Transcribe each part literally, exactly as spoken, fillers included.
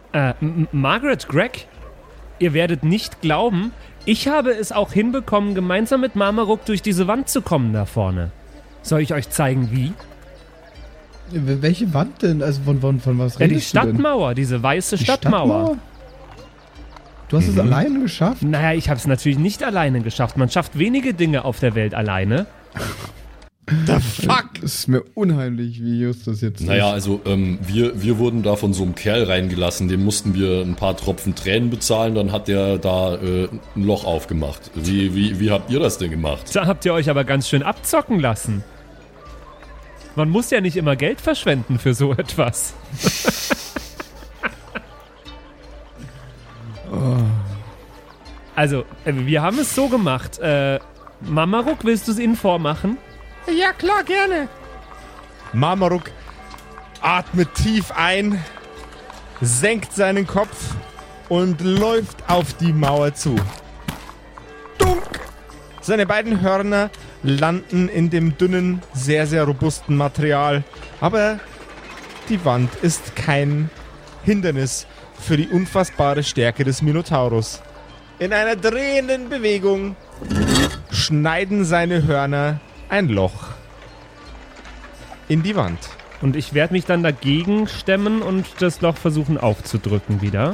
Äh, M- Margaret, Greg, ihr werdet nicht glauben, ich habe es auch hinbekommen, gemeinsam mit Marmaruck durch diese Wand zu kommen da vorne. Soll ich euch zeigen, wie? Welche Wand denn? Also von, von, von was Ja, die redest du denn? Stadtmauer, diese weiße Die Stadtmauer. Stadtmauer? Du hast Mhm. es alleine geschafft? Naja, ich habe es natürlich nicht alleine geschafft. Man schafft wenige Dinge auf der Welt alleine. The fuck? Es ist mir unheimlich, wie Justus jetzt Naja, ist. also ähm, wir, wir wurden da von so einem Kerl reingelassen, dem mussten wir ein paar Tropfen Tränen bezahlen, dann hat der da äh, ein Loch aufgemacht. Wie, wie, wie habt ihr das denn gemacht? Da habt ihr euch aber ganz schön abzocken lassen. Man muss ja nicht immer Geld verschwenden für so etwas. Also, äh, wir haben es so gemacht. Äh, Marmaruck, willst du es ihnen vormachen? Ja, klar, gerne. Marmaruck atmet tief ein, senkt seinen Kopf und läuft auf die Mauer zu. Dunk! Seine beiden Hörner landen in dem dünnen, sehr, sehr robusten Material. Aber die Wand ist kein Hindernis für die unfassbare Stärke des Minotaurus. In einer drehenden Bewegung schneiden seine Hörner ein Loch in die Wand. Und ich werde mich dann dagegen stemmen und das Loch versuchen aufzudrücken wieder.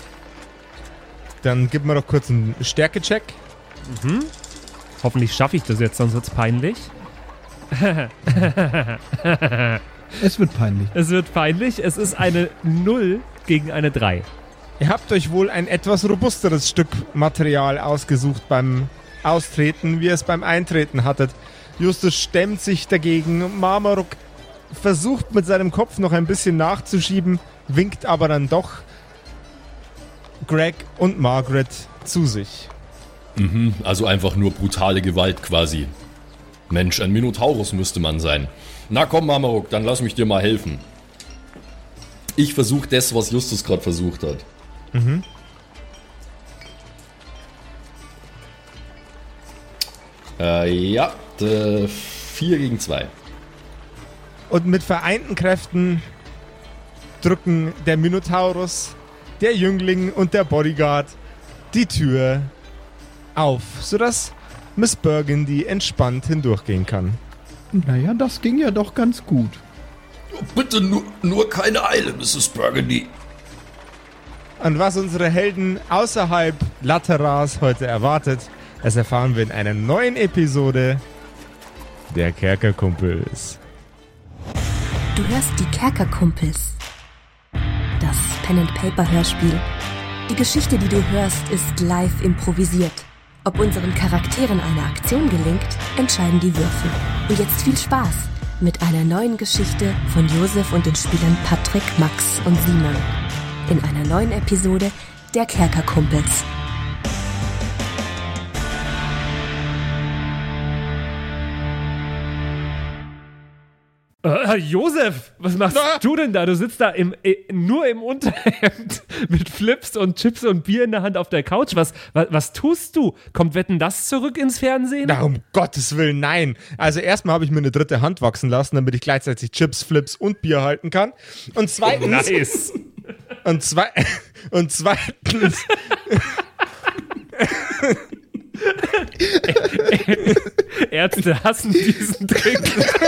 Dann gib mir doch kurz einen Stärke-Check. Mhm. Hoffentlich schaffe ich das jetzt, sonst wird's peinlich. Es wird peinlich. Es wird peinlich. Es ist eine null gegen eine drei. Ihr habt euch wohl ein etwas robusteres Stück Material ausgesucht beim Austreten, wie ihr es beim Eintreten hattet. Justus stemmt sich dagegen. Marmaruck versucht mit seinem Kopf noch ein bisschen nachzuschieben, winkt aber dann doch Greg und Margaret zu sich. Mhm, also einfach nur brutale Gewalt quasi. Mensch, ein Minotaurus müsste man sein. Na komm, Marmaruck, dann lass mich dir mal helfen. Ich versuche das, was Justus gerade versucht hat. Mhm. Äh, ja, äh, vier gegen zwei. Und mit vereinten Kräften drücken der Minotaurus, der Jüngling und der Bodyguard die Tür auf, sodass Miss Burgundy entspannt hindurchgehen kann. Naja, das ging ja doch ganz gut. Bitte nur, nur keine Eile, Misses Burgundy. Und was unsere Helden außerhalb Lateras heute erwartet, das erfahren wir in einer neuen Episode der Kerkerkumpels. Du hörst die Kerkerkumpels. Das Pen-and-Paper-Hörspiel. Die Geschichte, die du hörst, ist live improvisiert. Ob unseren Charakteren eine Aktion gelingt, entscheiden die Würfel. Und jetzt viel Spaß mit einer neuen Geschichte von Josef und den Spielern Patrick, Max und Simon. In einer neuen Episode der Kerkerkumpels. Äh, Josef, was machst Na? du denn da? Du sitzt da im, äh, nur im Unterhemd mit Flips und Chips und Bier in der Hand auf der Couch. Was, was, was tust du? Kommt Wetten, das zurück ins Fernsehen? Na, um Gottes Willen, nein. Also erstmal habe ich mir eine dritte Hand wachsen lassen, damit ich gleichzeitig Chips, Flips und Bier halten kann. Und zweitens... Nice. Und, zwei, und zweitens... Ärzte hassen diesen Trick.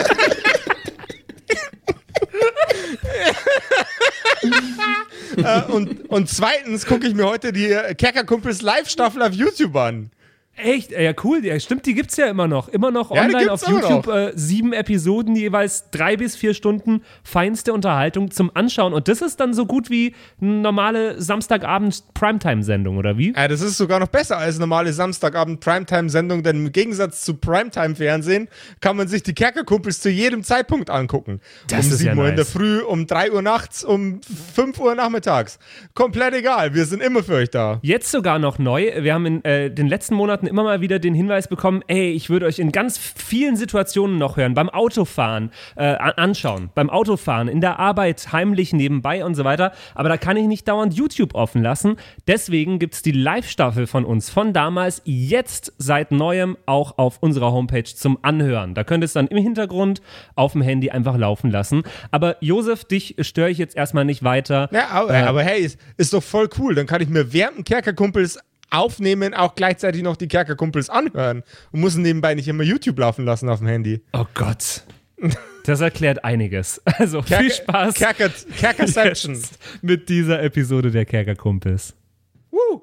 äh, und, und zweitens gucke ich mir heute die Kerkerkumpels Live-Staffel auf YouTube an. Echt? Ja, cool. Ja, stimmt, die gibt's ja immer noch. Immer noch Ja, die online gibt's auf immer YouTube. noch. Äh, sieben Episoden, jeweils drei bis vier Stunden feinste Unterhaltung zum Anschauen. Und das ist dann so gut wie eine normale Samstagabend-Primetime-Sendung, oder wie? Ja, das ist sogar noch besser als normale Samstagabend-Primetime-Sendung, denn im Gegensatz zu Primetime-Fernsehen kann man sich die Kerkerkumpels zu jedem Zeitpunkt angucken. Das um ist sieben ja Uhr in der nice. Früh, um drei Uhr nachts, um fünf Uhr nachmittags. Komplett egal, wir sind immer für euch da. Jetzt sogar noch neu. Wir haben in äh, den letzten Monaten immer mal wieder den Hinweis bekommen, ey, ich würde euch in ganz vielen Situationen noch hören, beim Autofahren äh, anschauen, beim Autofahren, in der Arbeit, heimlich, nebenbei und so weiter, aber da kann ich nicht dauernd YouTube offen lassen. Deswegen gibt es die Live-Staffel von uns, von damals, jetzt seit Neuem auch auf unserer Homepage zum Anhören. Da könnt ihr es dann im Hintergrund auf dem Handy einfach laufen lassen. Aber Josef, dich störe ich jetzt erstmal nicht weiter. Ja, aber, äh, aber hey, ist, ist doch voll cool. Dann kann ich mir während dem Kerkerkumpels aufnehmen, auch gleichzeitig noch die Kerkerkumpels anhören und muss nebenbei nicht immer YouTube laufen lassen auf dem Handy. Oh Gott. Das erklärt einiges. Also Kerker, viel Spaß Kerker, Kerkerception mit dieser Episode der Kerkerkumpels. Woo.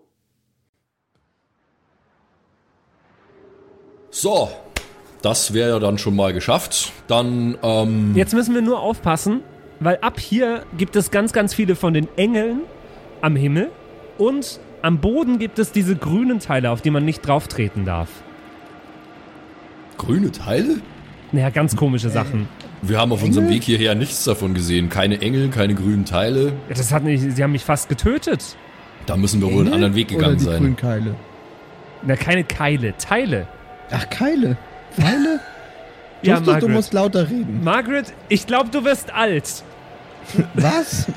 So, das wäre ja dann schon mal geschafft. Dann, ähm... Jetzt müssen wir nur aufpassen, weil ab hier gibt es ganz, ganz viele von den Engeln am Himmel und am Boden gibt es diese grünen Teile, auf die man nicht drauf treten darf. Grüne Teile? Naja, ganz komische Sachen. Wir haben auf Engel? unserem Weg hierher nichts davon gesehen. Keine Engel, keine grünen Teile. Ja, das hat mich, sie haben mich fast getötet. Da müssen wir wohl einen anderen Weg gegangen Oder die sein. grünen Keile? Na, keine Keile, Teile. Ach, Keile. Pfeile? Ja, Justus, du Margaret. musst lauter reden. Margaret, ich glaube, du wirst alt. Was?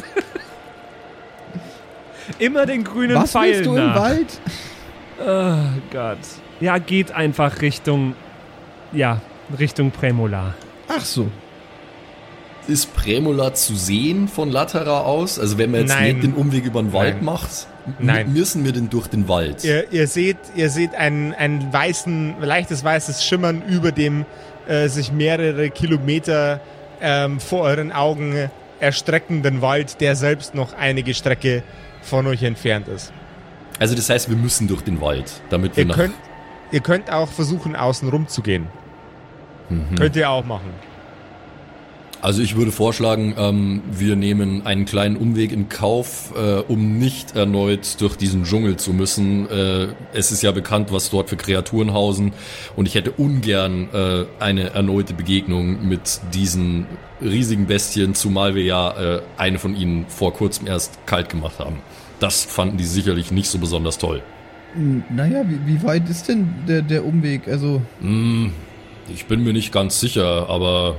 Immer den grünen Was Pfeil willst du nach. im Wald? Oh Gott. Ja, geht einfach Richtung, ja, Richtung Prämolar. Ach so. Ist Prämolar zu sehen von Latera aus? Also wenn man jetzt Nein. nicht den Umweg über den Wald Nein. macht, Nein. m- müssen wir denn durch den Wald? Ihr, ihr seht, ihr seht ein, ein weißen, leichtes weißes Schimmern über dem äh, sich mehrere Kilometer ähm, vor euren Augen erstreckenden Wald, der selbst noch einige Strecke von euch entfernt ist. Also das heißt, wir müssen durch den Wald, damit wir Ihr nach... könnt, ihr könnt auch versuchen, außen rum zu gehen. Mhm. Könnt ihr auch machen. Also ich würde vorschlagen, ähm, wir nehmen einen kleinen Umweg in Kauf, äh, um nicht erneut durch diesen Dschungel zu müssen. Äh, es ist ja bekannt, was dort für Kreaturen hausen, und ich hätte ungern äh, eine erneute Begegnung mit diesen riesigen Bestien, zumal wir ja äh, eine von ihnen vor kurzem erst kalt gemacht haben. Das fanden die sicherlich nicht so besonders toll. Hm, Naja, wie, wie weit ist denn der, der Umweg? Also, Hm, ich bin mir nicht ganz sicher, aber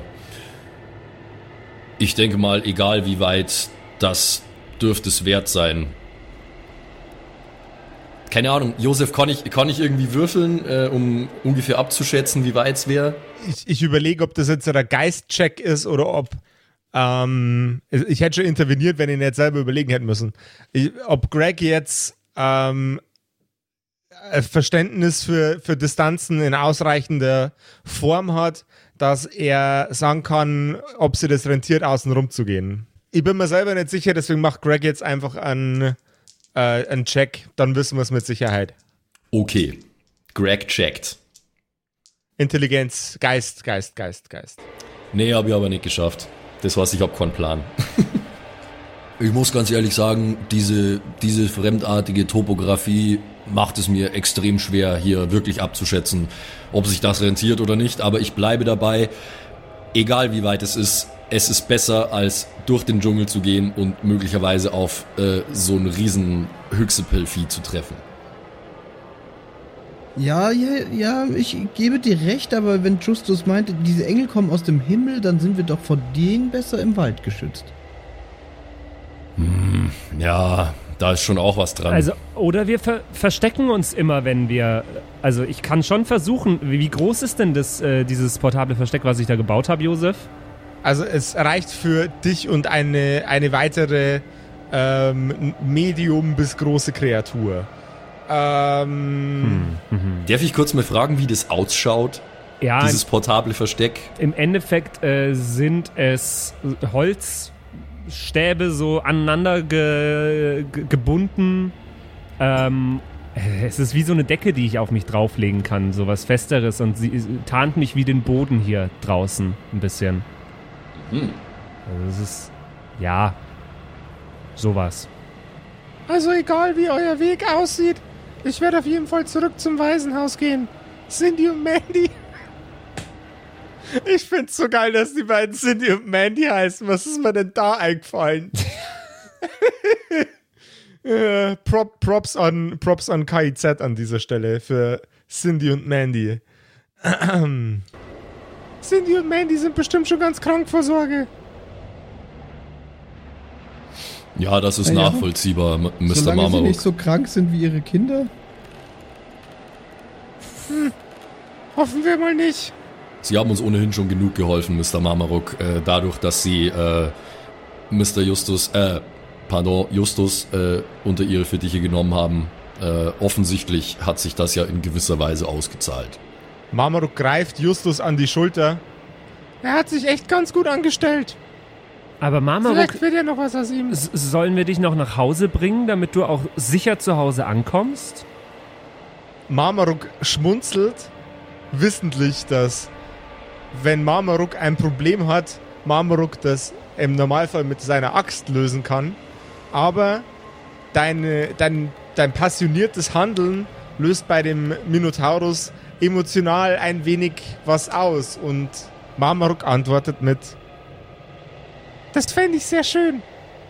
ich denke mal, egal wie weit, das dürfte es wert sein. Keine Ahnung, Josef, kann ich, kann ich irgendwie würfeln, äh, um ungefähr abzuschätzen, wie weit es wäre? Ich, ich überlege, ob das jetzt ein Geistcheck ist oder ob ähm, ich hätte schon interveniert, wenn ich ihn jetzt selber überlegen hätte müssen. Ich, ob Greg jetzt ähm, ein Verständnis für, für Distanzen in ausreichender Form hat, dass er sagen kann, ob sie das rentiert, außen rum zu gehen. Ich bin mir selber nicht sicher, deswegen macht Greg jetzt einfach einen, äh, einen Check, dann wissen wir es mit Sicherheit. Okay, Greg checkt. Intelligenz, Geist, Geist, Geist, Geist. Nee, habe ich aber nicht geschafft. Das weiß ich, hab keinen Plan. Ich muss ganz ehrlich sagen, diese, diese fremdartige Topografie macht es mir extrem schwer, hier wirklich abzuschätzen, ob sich das rentiert oder nicht. Aber ich bleibe dabei, egal wie weit es ist, es ist besser, als durch den Dschungel zu gehen und möglicherweise auf äh, so ein riesen Hyxipel-Vieh zu treffen. ja, ja, ja, ich gebe dir recht, aber wenn Justus meinte, diese Engel kommen aus dem Himmel, dann sind wir doch vor denen besser im Wald geschützt. Hm, ja, da ist schon auch was dran. Also, oder wir ver- verstecken uns immer, wenn wir, also ich kann schon versuchen, wie, wie groß ist denn das, äh, dieses portable Versteck, was ich da gebaut habe, Josef? Also es reicht für dich und eine, eine weitere ähm, Medium bis große Kreatur. Ähm, Darf ich kurz mal fragen, wie das ausschaut, Ja, dieses portable Versteck? im Endeffekt äh, sind es Holzstäbe so aneinander ge- ge- gebunden. Ähm, es ist wie so eine Decke, die ich auf mich drauflegen kann, so was Festeres, und sie sie tarnt mich wie den Boden hier draußen ein bisschen. Hm. Also es ist, ja, sowas. Also egal wie euer Weg aussieht, ich werde auf jeden Fall zurück zum Waisenhaus gehen. Cindy und Mandy. Ich find's so geil, dass die beiden Cindy und Mandy heißen. Was ist mir denn da eingefallen? Äh, Prop, Props an Props an K I Z an dieser Stelle für Cindy und Mandy. Cindy und Mandy sind bestimmt schon ganz krank vor Sorge. Ja, das ist Na ja. nachvollziehbar, M- Mister Solange sie Marmarock. nicht so krank sind wie ihre Kinder. Hm. Hoffen wir mal nicht. Sie haben uns ohnehin schon genug geholfen, Mister Marmarock, äh, dadurch, dass Sie äh, Mister Justus, äh, pardon, Justus äh, unter Ihre Fittiche genommen haben. Äh, offensichtlich hat sich das ja in gewisser Weise ausgezahlt. Marmarock greift Justus an die Schulter. Er hat sich echt ganz gut angestellt. Aber Marmarock, Vielleicht wird ja noch was aus ihm. s- sollen wir dich noch nach Hause bringen, damit du auch sicher zu Hause ankommst? Marmarock schmunzelt, wissentlich, dass, wenn Marmarock ein Problem hat, Marmarock das im Normalfall mit seiner Axt lösen kann. Aber deine, dein, dein passioniertes Handeln löst bei dem Minotaurus emotional ein wenig was aus. Und Marmarock antwortet mit: Das fände ich sehr schön.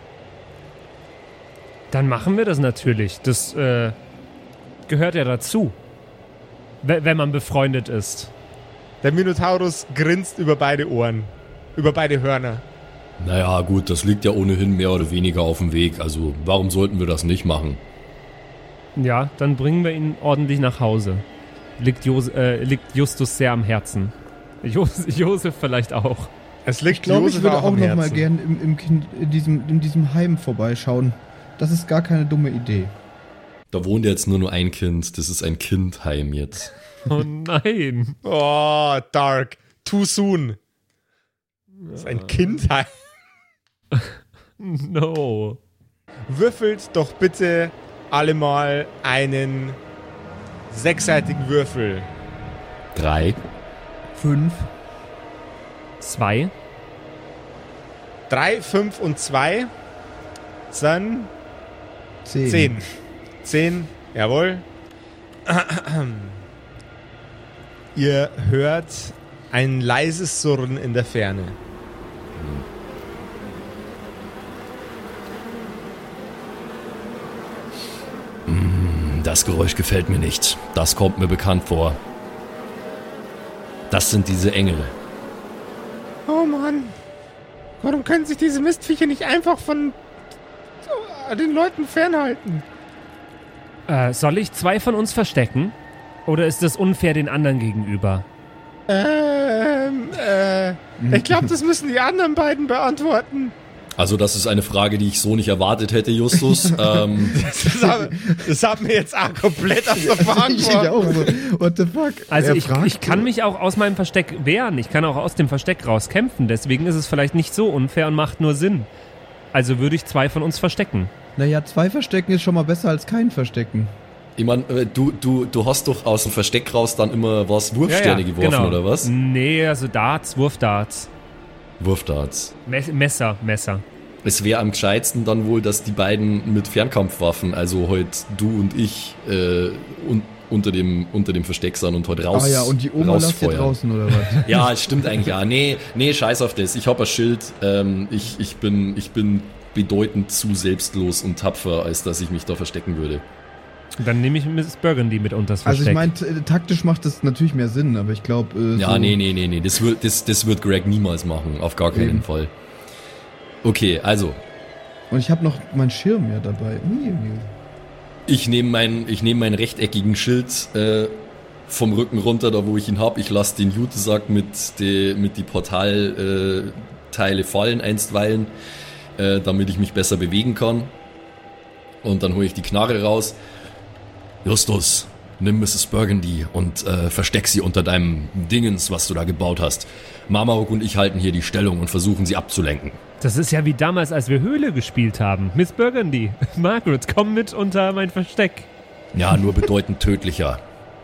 Dann machen wir das natürlich. Das äh, gehört ja dazu. W- wenn man befreundet ist. Der Minotaurus grinst über beide Ohren, über beide Hörner. Naja, gut, das liegt ja ohnehin mehr oder weniger auf dem Weg, also warum sollten wir das nicht machen? Ja, dann bringen wir ihn ordentlich nach Hause. Liegt, Jos äh, liegt Justus sehr am Herzen. Jos Josef vielleicht auch. Es liegt Ich glaube, ich Josef würde auch auch am noch mal Herzen. gern im, im kind, in, diesem, in diesem Heim vorbeischauen. Das ist gar keine dumme Idee. Da wohnt jetzt nur nur ein Kind, das ist ein Kindheim jetzt. Oh nein. Oh, dark. Too soon. Das ist ein Kindheim. No. Würfelt doch bitte alle mal einen sechsseitigen Würfel. Drei. Fünf. Zwei. Drei, fünf und zwei sind Zehn. zehn. Zehn, jawohl. Ihr hört ein leises Surren in der Ferne. Das Geräusch gefällt mir nicht. Das kommt mir bekannt vor. Das sind diese Engel. Oh Mann. Warum können sich diese Mistviecher nicht einfach von den Leuten fernhalten? Äh, soll ich zwei von uns verstecken? Oder ist das unfair den anderen gegenüber? Ähm, äh, ich glaube, das müssen die anderen beiden beantworten. Also das ist eine Frage, die ich so nicht erwartet hätte, Justus. ähm, Das hat, das hat mir jetzt auch komplett aus der Ich Verantwortung. auch so. What the fuck? Also Er ich, fragt ich kann so. mich auch aus meinem Versteck wehren. Ich kann auch aus dem Versteck raus kämpfen. Deswegen ist es vielleicht nicht so unfair und macht nur Sinn. Also würde ich zwei von uns verstecken. Naja, zwei Verstecken ist schon mal besser als kein Verstecken. ich meine, äh, du, du, du hast doch aus dem Versteck raus dann immer was Wurfsterne geworfen, genau. oder was? Nee, also Darts, Wurfdarts. Wurfdarts. Mes- Messer, Messer. Es wäre am gescheitsten dann wohl, dass die beiden mit Fernkampfwaffen, also heute du und ich, äh, un, unter, dem, unter dem Versteck sind und heute raus Ah ja, und die Oma lasst ihr rausfeuern. draußen, oder was? Ja, es stimmt eigentlich, ja. Nee, nee, scheiß auf das. Ich hab ein Schild. Ähm, ich, ich, bin, ich bin bedeutend zu selbstlos und tapfer, als dass ich mich da verstecken würde. Dann nehme ich Misses Burgundy mit unters Also Versteck. ich meine, taktisch macht das natürlich mehr Sinn, aber ich glaube... Äh, Ja, so nee, nee, nee, nee. Das wird, das, das wird Greg niemals machen. Auf gar keinen Eben. Fall. Okay, also. Und ich habe noch meinen Schirm ja dabei. Ui, ui. Ich nehme meinen ich nehm meinen rechteckigen Schild äh, vom Rücken runter, da wo ich ihn hab. Ich lasse den Jutesack mit die, mit die Portalteile äh, Teile fallen einstweilen, äh, damit ich mich besser bewegen kann. Und dann hole ich die Knarre raus. Justus, nimm Misses Burgundy und äh, versteck sie unter deinem Dingens, was du da gebaut hast. Marmarock und ich halten hier die Stellung und versuchen sie abzulenken. Das ist ja wie damals, als wir Höhle gespielt haben. Miss Burgundy, Margaret, komm mit unter mein Versteck. Ja, nur bedeutend tödlicher.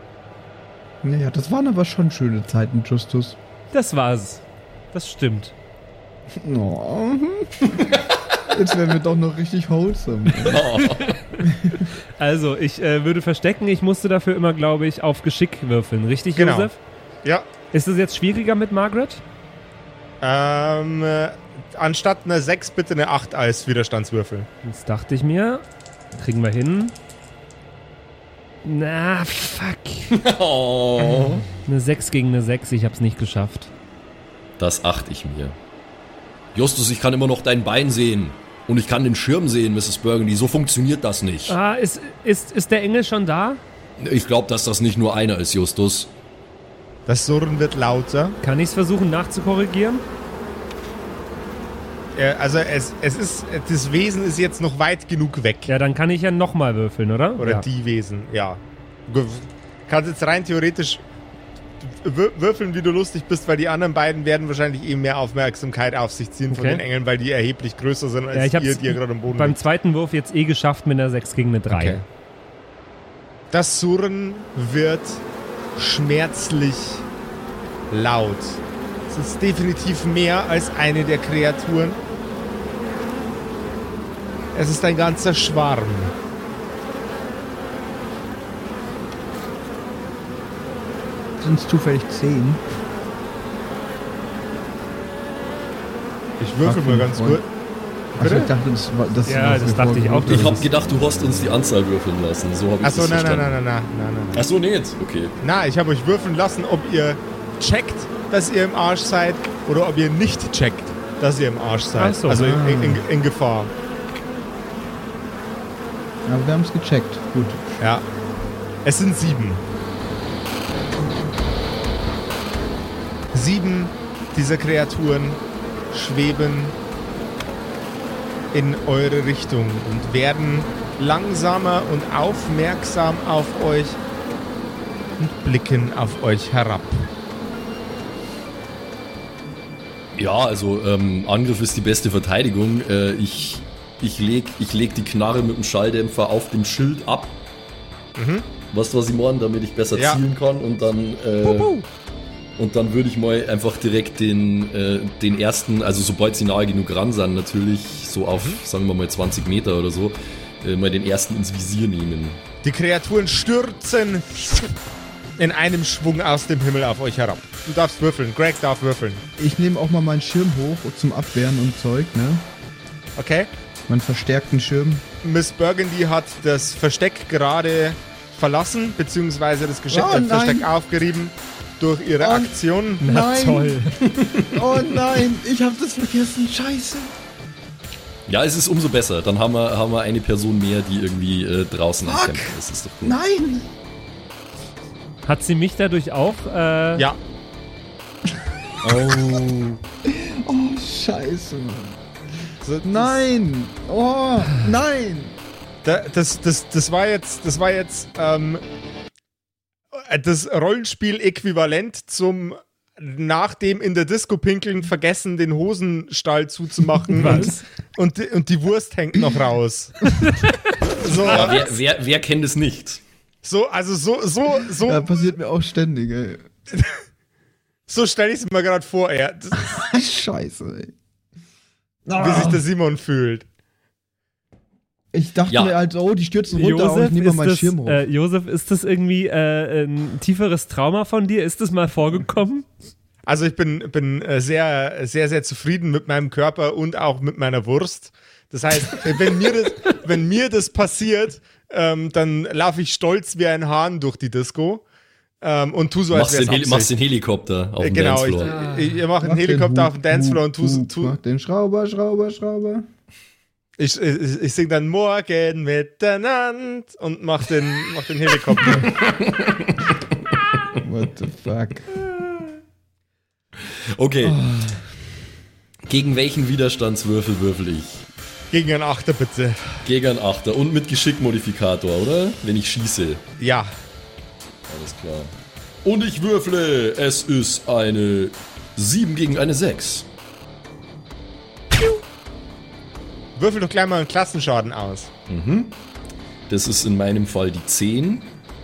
Naja, das waren aber schon schöne Zeiten, Justus. Das war's. Das stimmt. Oh. Jetzt werden wir doch noch richtig wholesome. Also, ich äh, würde verstecken. Ich musste dafür immer, glaube ich, auf Geschick würfeln. Richtig, Genau. Josef? Ja. Ist es jetzt schwieriger mit Margaret? Ähm, äh, anstatt einer sechs bitte eine acht als Widerstandswürfel. Das dachte ich mir. Kriegen wir hin. Na, fuck. Oh. Eine sechs gegen eine sechs, ich hab's nicht geschafft. Das achte ich mir. Justus, ich kann immer noch dein Bein sehen. Und ich kann den Schirm sehen, Misses Burgundy. So funktioniert das nicht. Ah, ist, ist, ist der Engel schon da? Ich glaube, dass das nicht nur einer ist, Justus. Das Surren wird lauter. Kann ich's versuchen nachzukorrigieren? Äh, also es, es ist, das Wesen ist jetzt noch weit genug weg. Ja, dann kann ich ja nochmal würfeln, oder? Oder ja. die Wesen, ja. Du kannst jetzt rein theoretisch wür- würfeln, wie du lustig bist, weil die anderen beiden werden wahrscheinlich eben mehr Aufmerksamkeit auf sich ziehen von Okay. den Engeln, weil die erheblich größer sind als Ja, ich hab's ihr, die ihr gerade am Boden beim liegt. zweiten Wurf jetzt eh geschafft mit einer sechs gegen eine drei. Okay. Das Surren wird schmerzlich laut. Es ist definitiv mehr als eine der Kreaturen. Es ist ein ganzer Schwarm. Sind es zufällig zehn? Ich würfel mal ganz kurz. Achso, Bitte? ich dachte, das war das. Ja, was das mir dachte ich auch. vorgeworfen Ich habe ist. gedacht, du hast uns die Anzahl würfeln lassen. So habe ich Achso, das nein, nein, verstanden. nein, nein, nein, nein, nein. Achso, nicht. Okay. Na, ich habe euch würfeln lassen, ob ihr checkt, dass ihr im Arsch seid oder ob ihr nicht checkt, dass ihr im Arsch seid. Ach so. Also in, in, in Gefahr. Aber wir haben es gecheckt. Gut. Ja. Es sind sieben. Sieben dieser Kreaturen schweben in eure Richtung und werden langsamer und aufmerksam auf euch und blicken auf euch herab. Ja, also ähm, Angriff ist die beste Verteidigung. Äh, ich ich leg, ich leg die Knarre mit dem Schalldämpfer auf dem Schild ab. Mhm. Weißt du, was ich meine? Damit ich besser Ja. zielen kann. Und dann äh, und dann würde ich mal einfach direkt den, äh, den ersten, also sobald sie nahe genug ran sind, natürlich so auf, sagen wir mal zwanzig Meter oder so, äh, mal den ersten ins Visier nehmen. Die Kreaturen stürzen in einem Schwung aus dem Himmel auf euch herab. Du darfst würfeln. Greg darf würfeln. Ich nehme auch mal meinen Schirm hoch zum Abwehren und Zeug, ne? Okay? Meinen verstärkten Schirm. Miss Burgundy hat das Versteck gerade verlassen, beziehungsweise das Gesche- Oh, äh, nein. Versteck aufgerieben durch ihre Oh, Aktion. Na Nein. toll. Oh nein, ich hab das vergessen. Scheiße. Ja, es ist umso besser. Dann haben wir, haben wir eine Person mehr, die irgendwie äh, draußen am Fuck. Kämpfen ist. Das ist doch gut. Nein. Hat sie mich dadurch auch? Äh, Ja, Oh, scheiße. so, Nein. Oh, nein. da- das, das, das war jetzt, das war jetzt ähm, das Rollenspiel-Äquivalent zum nach dem in der Disco pinkeln vergessen, den Hosenstall zuzumachen. Was? Und, die- und die Wurst hängt noch raus. so, Ja, wer, wer, wer kennt es nicht? so, also so, so, so, Ja, passiert mir auch ständig, ey. so stelle ich es mir gerade vor, ja, das, Scheiße, ey. wie sich der Simon fühlt. Ich dachte Ja. mir halt, oh, die stürzen runter und ich Josef, nehme mal ist meinen das, Schirm hoch. äh, Josef, ist das irgendwie äh, ein tieferes Trauma von dir? Ist das mal vorgekommen? Also ich bin, bin äh, sehr, sehr, sehr zufrieden mit meinem Körper und auch mit meiner Wurst. Das heißt, äh, wenn mir das, wenn mir das passiert, ähm, dann laufe ich stolz wie ein Hahn durch die Disco ähm, und tu so, als Machst wäre den, Heli- es machst den Helikopter auf Äh, dem Genau, ich, Dancefloor. ich, ich mache einen Mach den Helikopter Hub, auf dem Dancefloor und tu, Hub, tu, Mach den Schrauber, Schrauber, Schrauber. ich, ich, ich sing dann Morgen miteinander und mach den, mach den Helikopter. What the fuck? Okay. Gegen welchen Widerstandswürfel würfel ich? Gegen einen Achter bitte. Gegen einen Achter und mit Geschickmodifikator, oder? Wenn ich schieße. Ja. Alles klar. Und ich würfle. Es ist eine sieben gegen eine sechs. Würfel doch gleich mal einen Klassenschaden aus. Das ist in meinem Fall die zehn.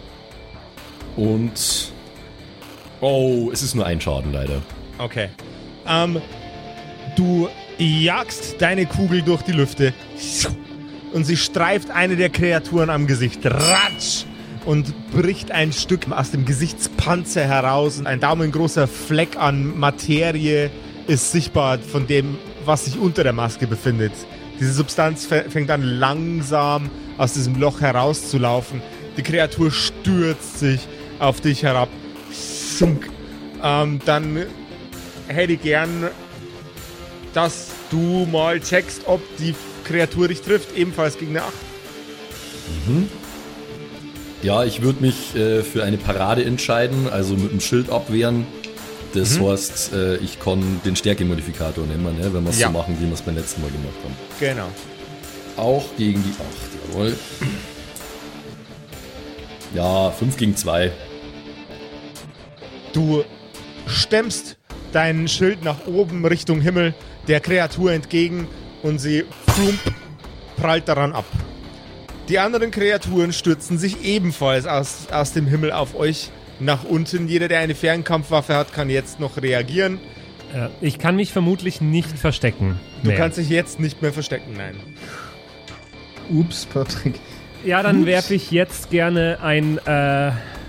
Und... Oh, es ist nur ein Schaden leider. Okay. Ähm, du jagst deine Kugel durch die Lüfte und sie streift eine der Kreaturen am Gesicht. Ratsch! Und bricht ein Stück aus dem Gesichtspanzer heraus. Ein daumengroßer Fleck an Materie ist sichtbar von dem, was sich unter der Maske befindet. Diese Substanz fängt dann langsam aus diesem Loch herauszulaufen. Die Kreatur stürzt sich auf dich herab. Schunk. Ähm, dann hätte ich gern, dass du mal checkst, ob die Kreatur dich trifft, ebenfalls gegen eine acht. Mhm. Ja, ich würde mich äh, für eine Parade entscheiden, also mit dem Schild abwehren. Das mhm. heißt, äh, ich kann den Stärke-Modifikator nehmen, ne, wenn wir es ja. so machen, wie wir es beim letzten Mal gemacht haben. Genau. Auch gegen die acht, jawohl. Ja, fünf gegen zwei. Du stemmst dein Schild nach oben Richtung Himmel der Kreatur entgegen und sie plump, prallt daran ab. Die anderen Kreaturen stürzen sich ebenfalls aus, aus dem Himmel auf euch nach unten. Jeder, der eine Fernkampfwaffe hat, kann jetzt noch reagieren. Ja, ich kann mich vermutlich nicht verstecken. Du mehr. kannst dich jetzt nicht mehr verstecken, nein. Ups, Patrick. Ja, dann werfe ich jetzt gerne ein äh,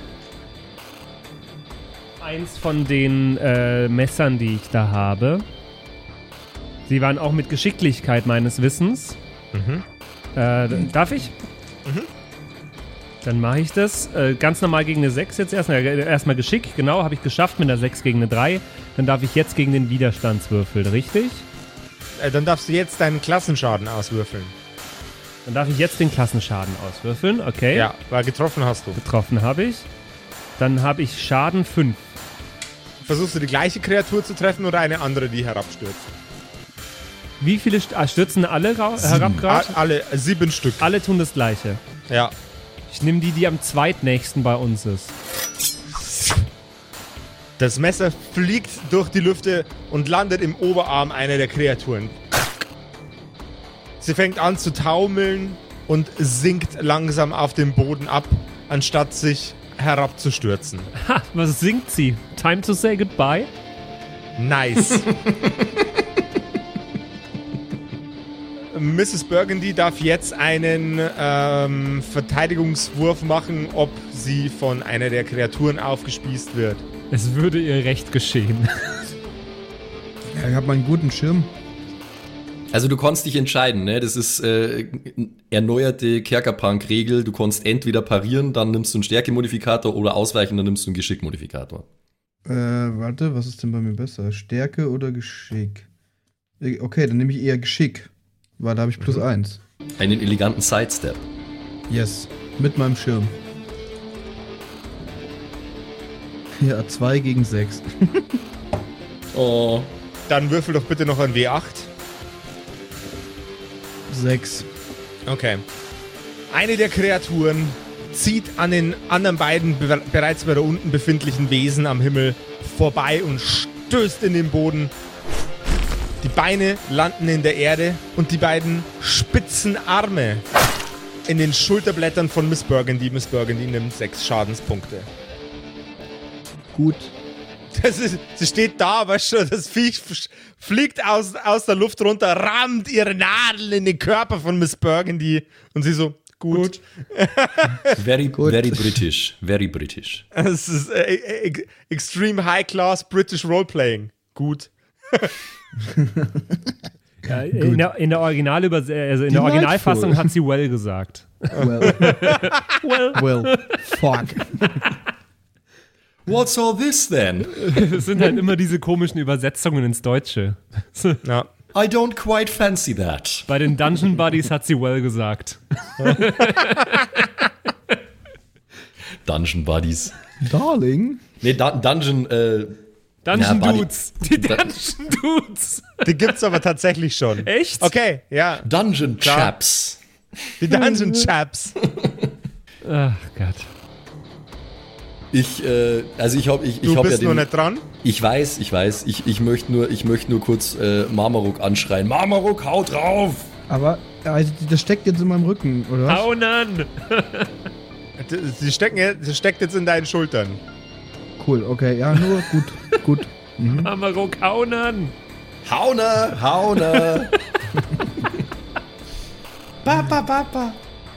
eins von den äh, Messern, die ich da habe. Sie waren auch mit Geschicklichkeit meines Wissens. Mhm. Äh, darf ich? Mhm. Dann mache ich das. Äh, ganz normal gegen eine sechs jetzt erstmal. Erstmal Geschick, genau, habe ich geschafft mit einer sechs gegen eine drei. Dann darf ich jetzt gegen den Widerstandswürfel, richtig? Äh, dann darfst du jetzt deinen Klassenschaden auswürfeln. Dann darf ich jetzt den Klassenschaden auswürfeln, okay. Ja, weil getroffen hast du. Getroffen habe ich. Dann habe ich Schaden fünf. Versuchst du die gleiche Kreatur zu treffen oder eine andere, die herabstürzt? Wie viele st- ah, stürzen alle ra- herab gerade? A- alle, äh, sieben Stück. Alle tun das Gleiche. Ja. Ich nehme die, die am zweitnächsten bei uns ist. Das Messer fliegt durch die Lüfte und landet im Oberarm einer der Kreaturen. Sie fängt an zu taumeln und sinkt langsam auf den Boden ab, anstatt sich herabzustürzen. Ha, was singt sie? Time to say goodbye? Nice. Misses Burgundy darf jetzt einen ähm, Verteidigungswurf machen, ob sie von einer der Kreaturen aufgespießt wird. Es würde ihr recht geschehen. Ja, ich habe meinen guten Schirm. Also du kannst dich entscheiden, ne? Das ist äh, erneuerte Kerkerpunk-Regel. Du kannst entweder parieren, dann nimmst du einen Stärke-Modifikator oder ausweichen, dann nimmst du einen Geschick-Modifikator. Äh, warte, was ist denn bei mir besser? Stärke oder Geschick? Okay, dann nehme ich eher Geschick, weil da habe ich plus eins. Einen eleganten Sidestep. Yes, mit meinem Schirm. Ja, zwei gegen sechs. Oh. Dann würfel doch bitte noch ein W acht. sechs. Okay. Eine der Kreaturen zieht an den anderen beiden be- bereits weiter unten befindlichen Wesen am Himmel vorbei und stößt in den Boden. Die Beine landen in der Erde und die beiden spitzen Arme in den Schulterblättern von Miss Burgundy. Miss Burgundy nimmt sechs Schadenspunkte. Gut. Das ist, sie steht da, weißt du, das Viech fliegt aus, aus der Luft runter, rammt ihre Nadel in den Körper von Miss Burgundy und sie so, gut. Very, Gut. very British. Very British. Es ist äh, äh, extreme high-class British Roleplaying. Gut. Ja, in, der, in der Originalübers- also in der Originalfassung hat sie well gesagt. Well. Well. Well. Fuck. What's all this then? Es sind halt immer diese komischen Übersetzungen ins Deutsche. Ja. I don't quite fancy that. Bei den Dungeon Buddies hat sie well gesagt. Dungeon Buddies. Darling? Nee, Dun- Dungeon, äh, Dungeon Ja, Buddy. Dudes. Die Dungeon Dudes. Die gibt's aber tatsächlich schon. Echt? Okay, ja. Dungeon Klar. Chaps. Die Dungeon Chaps. Ach Gott. Ich, äh, also ich hab, ich, ich Du hab bist ja noch den, nicht dran. ich weiß, ich weiß, ich, ich möchte nur, ich möchte nur kurz äh, Marmaruk anschreien. Marmaruk, haut drauf! Aber also, das steckt jetzt in meinem Rücken, oder was? Hauen an! Sie, stecken, jetzt- sie steckt jetzt in deinen Schultern. Cool, okay. Ja, nur gut. Gut. Mhm. Amarok, hauen an! Haune, haune! Papa, Papa.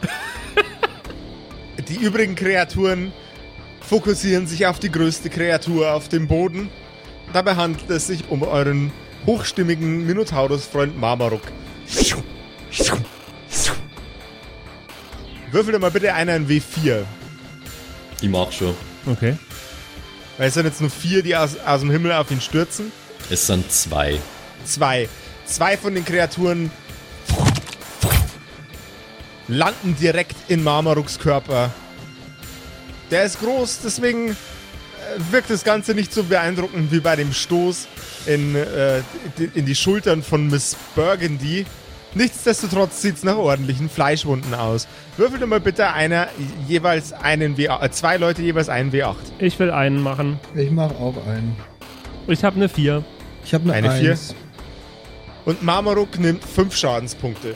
Die übrigen Kreaturen fokussieren sich auf die größte Kreatur auf dem Boden. Dabei handelt es sich um euren hochstimmigen Minotaurus-Freund Marmaruk. Würfel doch mal bitte einer ein W vier. Ich mach schon. Okay. Weil es sind jetzt nur vier, die aus, aus dem Himmel auf ihn stürzen. Es sind zwei. Zwei. Zwei von den Kreaturen landen direkt in Marmaruks Körper. Der ist groß, deswegen wirkt das Ganze nicht so beeindruckend wie bei dem Stoß in, äh, in die Schultern von Miss Burgundy. Nichtsdestotrotz sieht es nach ordentlichen Fleischwunden aus. Würfel doch mal bitte einer jeweils einen W acht, äh, zwei Leute jeweils einen W acht. Ich will einen machen. Ich mache auch einen. Ich habe eine vier. Ich habe eine, Eine vier. Eins. Und Marmaruk nimmt fünf Schadenspunkte.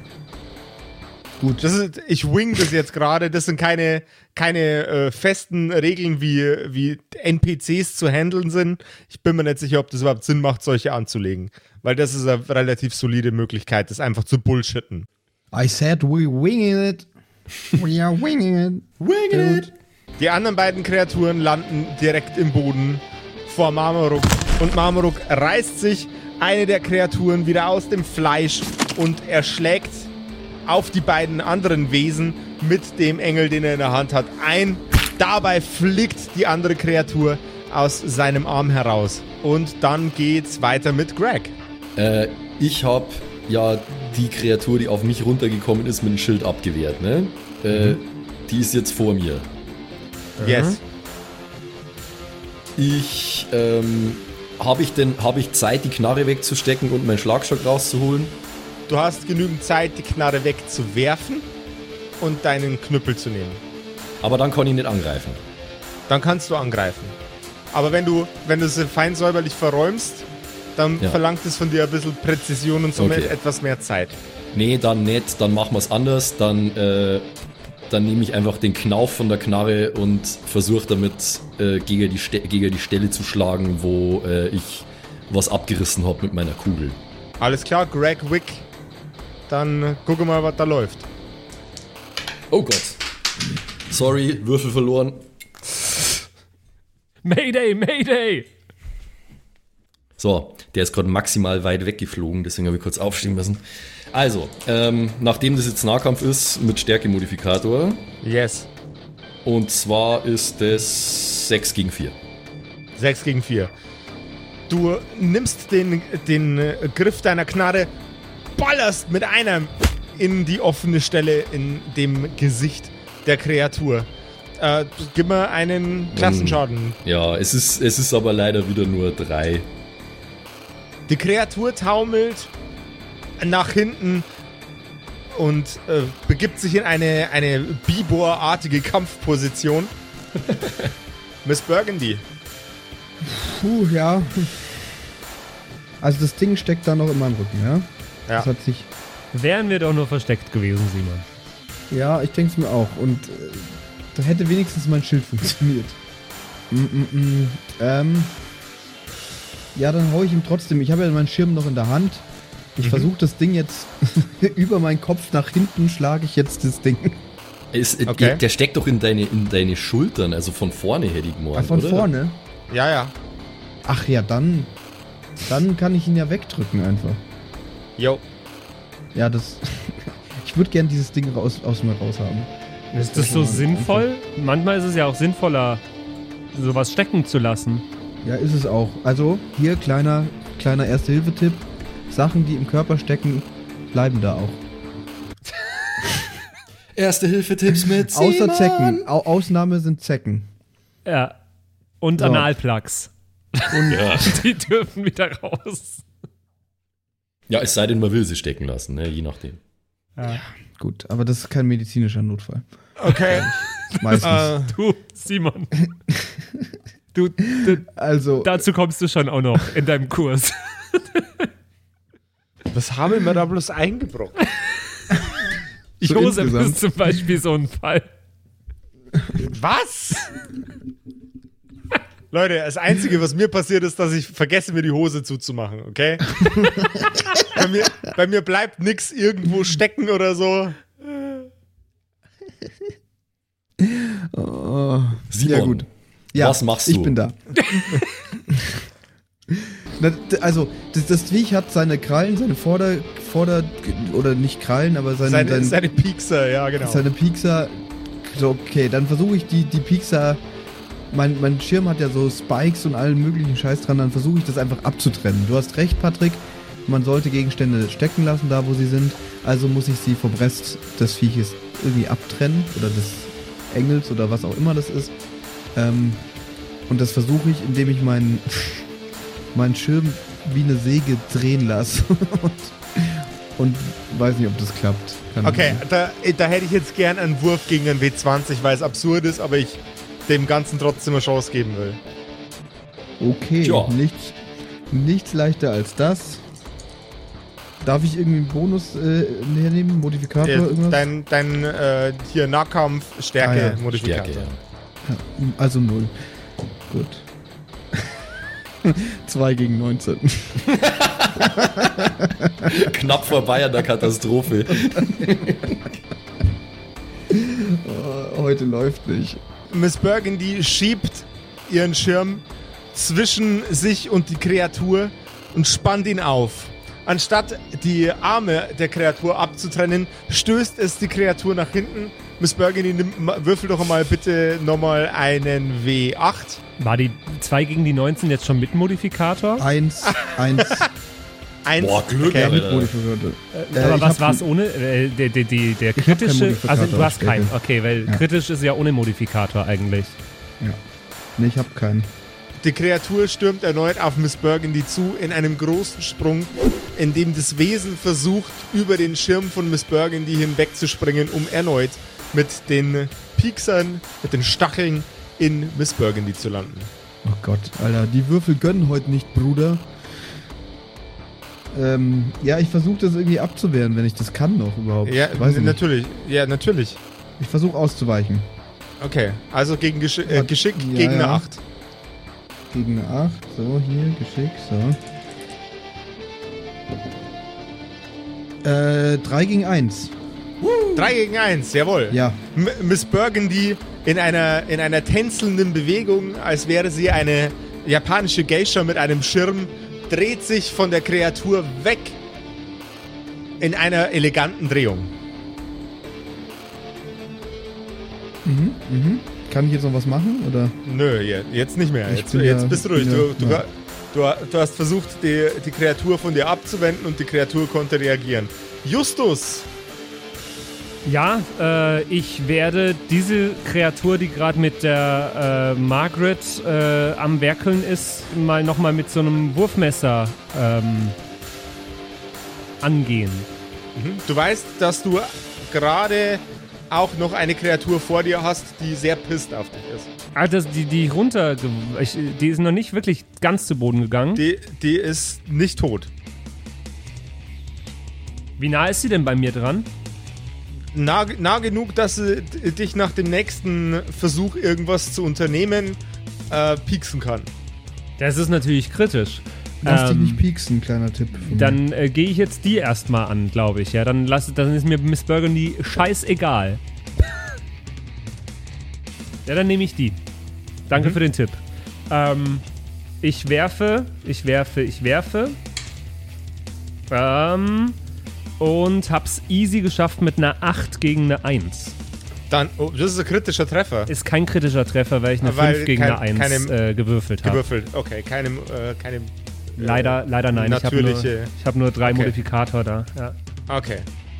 Gut. Das ist, ich wing das jetzt gerade. Das sind keine, keine äh, festen Regeln, wie, wie N P Cs zu handeln sind. Ich bin mir nicht sicher, ob das überhaupt Sinn macht, solche anzulegen. Weil das ist eine relativ solide Möglichkeit, das einfach zu bullshitten. I said we winging it. We are winging it. Winging it. Die anderen beiden Kreaturen landen direkt im Boden vor Marmaruk. Und Marmaruk reißt sich eine der Kreaturen wieder aus dem Fleisch und erschlägt auf die beiden anderen Wesen mit dem Engel, den er in der Hand hat, ein. Dabei fliegt die andere Kreatur aus seinem Arm heraus. Und dann geht's weiter mit Greg. Äh, ich hab ja die Kreatur, die auf mich runtergekommen ist, mit dem Schild abgewehrt, ne? Äh, mhm. Die ist jetzt vor mir. Yes. Ich, ähm, habe ich denn, habe ich Zeit, die Knarre wegzustecken und meinen Schlagstock rauszuholen? Du hast genügend Zeit, die Knarre wegzuwerfen und deinen Knüppel zu nehmen. Aber dann kann ich nicht angreifen. Dann kannst du angreifen. Aber wenn du, wenn du sie fein säuberlich verräumst, dann Ja. verlangt es von dir ein bisschen Präzision und somit Okay. etwas mehr Zeit. Nee, dann nicht, dann machen wir es anders. Dann, äh, dann nehme ich einfach den Knauf von der Knarre und versuche damit äh, gegen, die Ste- gegen die Stelle zu schlagen, wo äh, ich was abgerissen habe mit meiner Kugel. Alles klar, Greg Wick. Dann äh, gucke mal, was da läuft. Oh Gott. Sorry, Würfel verloren. Mayday, Mayday! So, der ist gerade maximal weit weggeflogen, deswegen habe ich kurz aufstehen müssen. Also, ähm, nachdem das jetzt Nahkampf ist mit Stärkemodifikator, Yes. und zwar ist es sechs gegen vier. sechs gegen vier. Du nimmst den, den äh, Griff deiner Knarre, ballerst mit einem in die offene Stelle in dem Gesicht der Kreatur. Äh, gib mir einen Klassenschaden. Ja, es ist, es ist aber leider wieder nur drei. Die Kreatur taumelt nach hinten und äh, begibt sich in eine, eine Bibor-artige Kampfposition. Miss Burgundy. Puh, ja. Also das Ding steckt da noch in meinem Rücken, ja? Ja. Das hat sich... Wären wir doch nur versteckt gewesen, Simon. Ja, ich denke es mir auch. Und äh, da hätte wenigstens mein Schild funktioniert. Mm, mm, mm. Ähm... Ja, dann hau ich ihm trotzdem. Ich habe ja meinen Schirm noch in der Hand. Ich Mhm. versuche das Ding jetzt über meinen Kopf nach hinten, schlage ich jetzt das Ding. Es, äh, Okay. der, der steckt doch in deine, in deine Schultern, also von vorne hätte ich morgen, Ah, von oder? vorne? Ja, ja. Ach ja, dann. Dann kann ich ihn ja wegdrücken einfach. Jo. Ja, das. Ich würde gern dieses Ding raus, aus mir raus haben. Ist das so sinnvoll? Manchmal ist es ja auch sinnvoller, sowas stecken zu lassen. Ja, ist es auch. Also, hier kleiner, kleiner Erste-Hilfe-Tipp. Sachen, die im Körper stecken, bleiben da auch. Erste-Hilfe-Tipps mit Außer Simon. Zecken. Au Ausnahme sind Zecken. Ja. Und So. Analplugs. Ja. Die dürfen wieder raus. ja, es sei denn, man will sie stecken lassen, ne? Je nachdem. Ja. Gut, aber das ist kein medizinischer Notfall. Okay. Meistens. äh, Du, Simon. Du, du, also, dazu kommst du schon auch noch in deinem Kurs. was haben wir da bloß eingebrochen? So Josef insgesamt. ist zum Beispiel so ein Fall. Was? Leute, das Einzige, was mir passiert ist, dass ich vergesse, mir die Hose zuzumachen, okay? bei, mir, bei mir bleibt nichts irgendwo stecken oder so. oh, Simon, ja gut. Ja, was machst ich du? bin da. Na, d- also, das, das Viech hat seine Krallen, seine Vorder... Vorder... Oder nicht Krallen, aber seine... Seine, seine, seine Piekser, ja, genau. Seine Piekser... So, okay, dann versuche ich die, die Piekser... Mein, mein Schirm hat ja so Spikes und allen möglichen Scheiß dran, dann versuche ich das einfach abzutrennen. Du hast recht, Patrick, man sollte Gegenstände stecken lassen, da wo sie sind. Also muss ich sie vom Rest des Vieches irgendwie abtrennen oder des Engels oder was auch immer das ist. Ähm, und das versuche ich, indem ich meinen, meinen Schirm wie eine Säge drehen lasse. und, und weiß nicht, ob das klappt. Keine Okay, Ahnung. da, da hätte ich jetzt gern einen Wurf gegen einen W zwanzig, weil es absurd ist, aber ich dem Ganzen trotzdem eine Chance geben will. Okay, Tja. nichts, nichts leichter als das. Darf ich irgendwie einen Bonus äh, hernehmen? Modifikator, Äh, irgendwas? dein dein äh, hier Nahkampf, Stärke, Ah, ja. Modifikator. Stärke, Ja, also null. Gut. zwei gegen neunzehn. Knapp vorbei an der Katastrophe. Oh, heute läuft nicht. Miss Burgundy schiebt ihren Schirm zwischen sich und die Kreatur und spannt ihn auf. Anstatt die Arme der Kreatur abzutrennen, stößt es die Kreatur nach hinten. Miss Burgundy, nimm, würfel doch mal bitte nochmal einen W acht. War die zwei gegen die neunzehn jetzt schon mit Modifikator? Eins, eins. Eins. Boah, Glück, Okay. Ja, mit Alter. Modifikator. Äh, Aber ich was hab war es einen- ohne? Äh, der, der, der, der hab keinen kritische. Modifikator Also du hast auf Stärke. keinen. Okay, weil Ja. kritisch ist ja ohne Modifikator eigentlich. Nee, ich hab keinen. Die Kreatur stürmt erneut auf Miss Burgundy zu in einem großen Sprung, in dem das Wesen versucht, über den Schirm von Miss Burgundy hinwegzuspringen, um erneut mit den Pieksern, mit den Stacheln in Miss Burgundy zu landen. Oh Gott, Alter, die Würfel gönnen heute nicht, Bruder. Ähm, ja, ich versuche das irgendwie abzuwehren, wenn ich das kann noch überhaupt. Ja, Weiß ich nicht. natürlich. Ja, natürlich. Ich versuche auszuweichen. Okay, also gegen Gesch äh, Geschick Ja, gegen eine ja. acht. Gegen eine acht, so, hier, Geschick, so. Äh, drei gegen eins. drei gegen eins, jawohl. Ja. M Miss Burgundy in einer, in einer tänzelnden Bewegung, als wäre sie eine japanische Geisha mit einem Schirm, dreht sich von der Kreatur weg in einer eleganten Drehung. Mhm, mhm. Kann ich jetzt noch was machen, oder? Nö, je- jetzt nicht mehr. Ich Jetzt, bin jetzt ja- bist du ruhig. bin Du, ja- du, ja. du, du hast versucht, die, die Kreatur von dir abzuwenden und die Kreatur konnte reagieren. Justus! Ja, äh, ich werde diese Kreatur, die gerade mit der äh, Margaret äh, am Werkeln ist, mal nochmal mit so einem Wurfmesser ähm, angehen. Mhm. Du weißt, dass du gerade auch noch eine Kreatur vor dir hast, die sehr pisst auf dich ist. Ah, das, die, die runter, ich, die ist noch nicht wirklich ganz zu Boden gegangen. Die, die ist nicht tot. Wie nah ist sie denn bei mir dran? Nah, nah genug, dass sie d- dich nach dem nächsten Versuch, irgendwas zu unternehmen, äh, pieksen kann. Das ist natürlich kritisch. Lass dich Ähm, nicht pieksen, kleiner Tipp. von mir. Dann äh, gehe ich jetzt die erstmal an, glaube ich. Ja, dann, lass, dann ist mir Miss Burgundy scheißegal. Ja, dann nehme ich die. Danke Mhm. für den Tipp. Ähm, ich werfe, ich werfe, ich werfe. Ähm, und hab's easy geschafft mit einer acht gegen eine eins. Dann, oh, das ist ein kritischer Treffer. Ist kein kritischer Treffer, weil ich eine Weil fünf gegen kein- eine eins keine- äh, gewürfelt habe. Gewürfelt. Okay, keine, äh, keine. Leider, leider nein. Ich habe nur, natürliche- ich hab nur drei Okay. Modifikator da. Ja. Okay.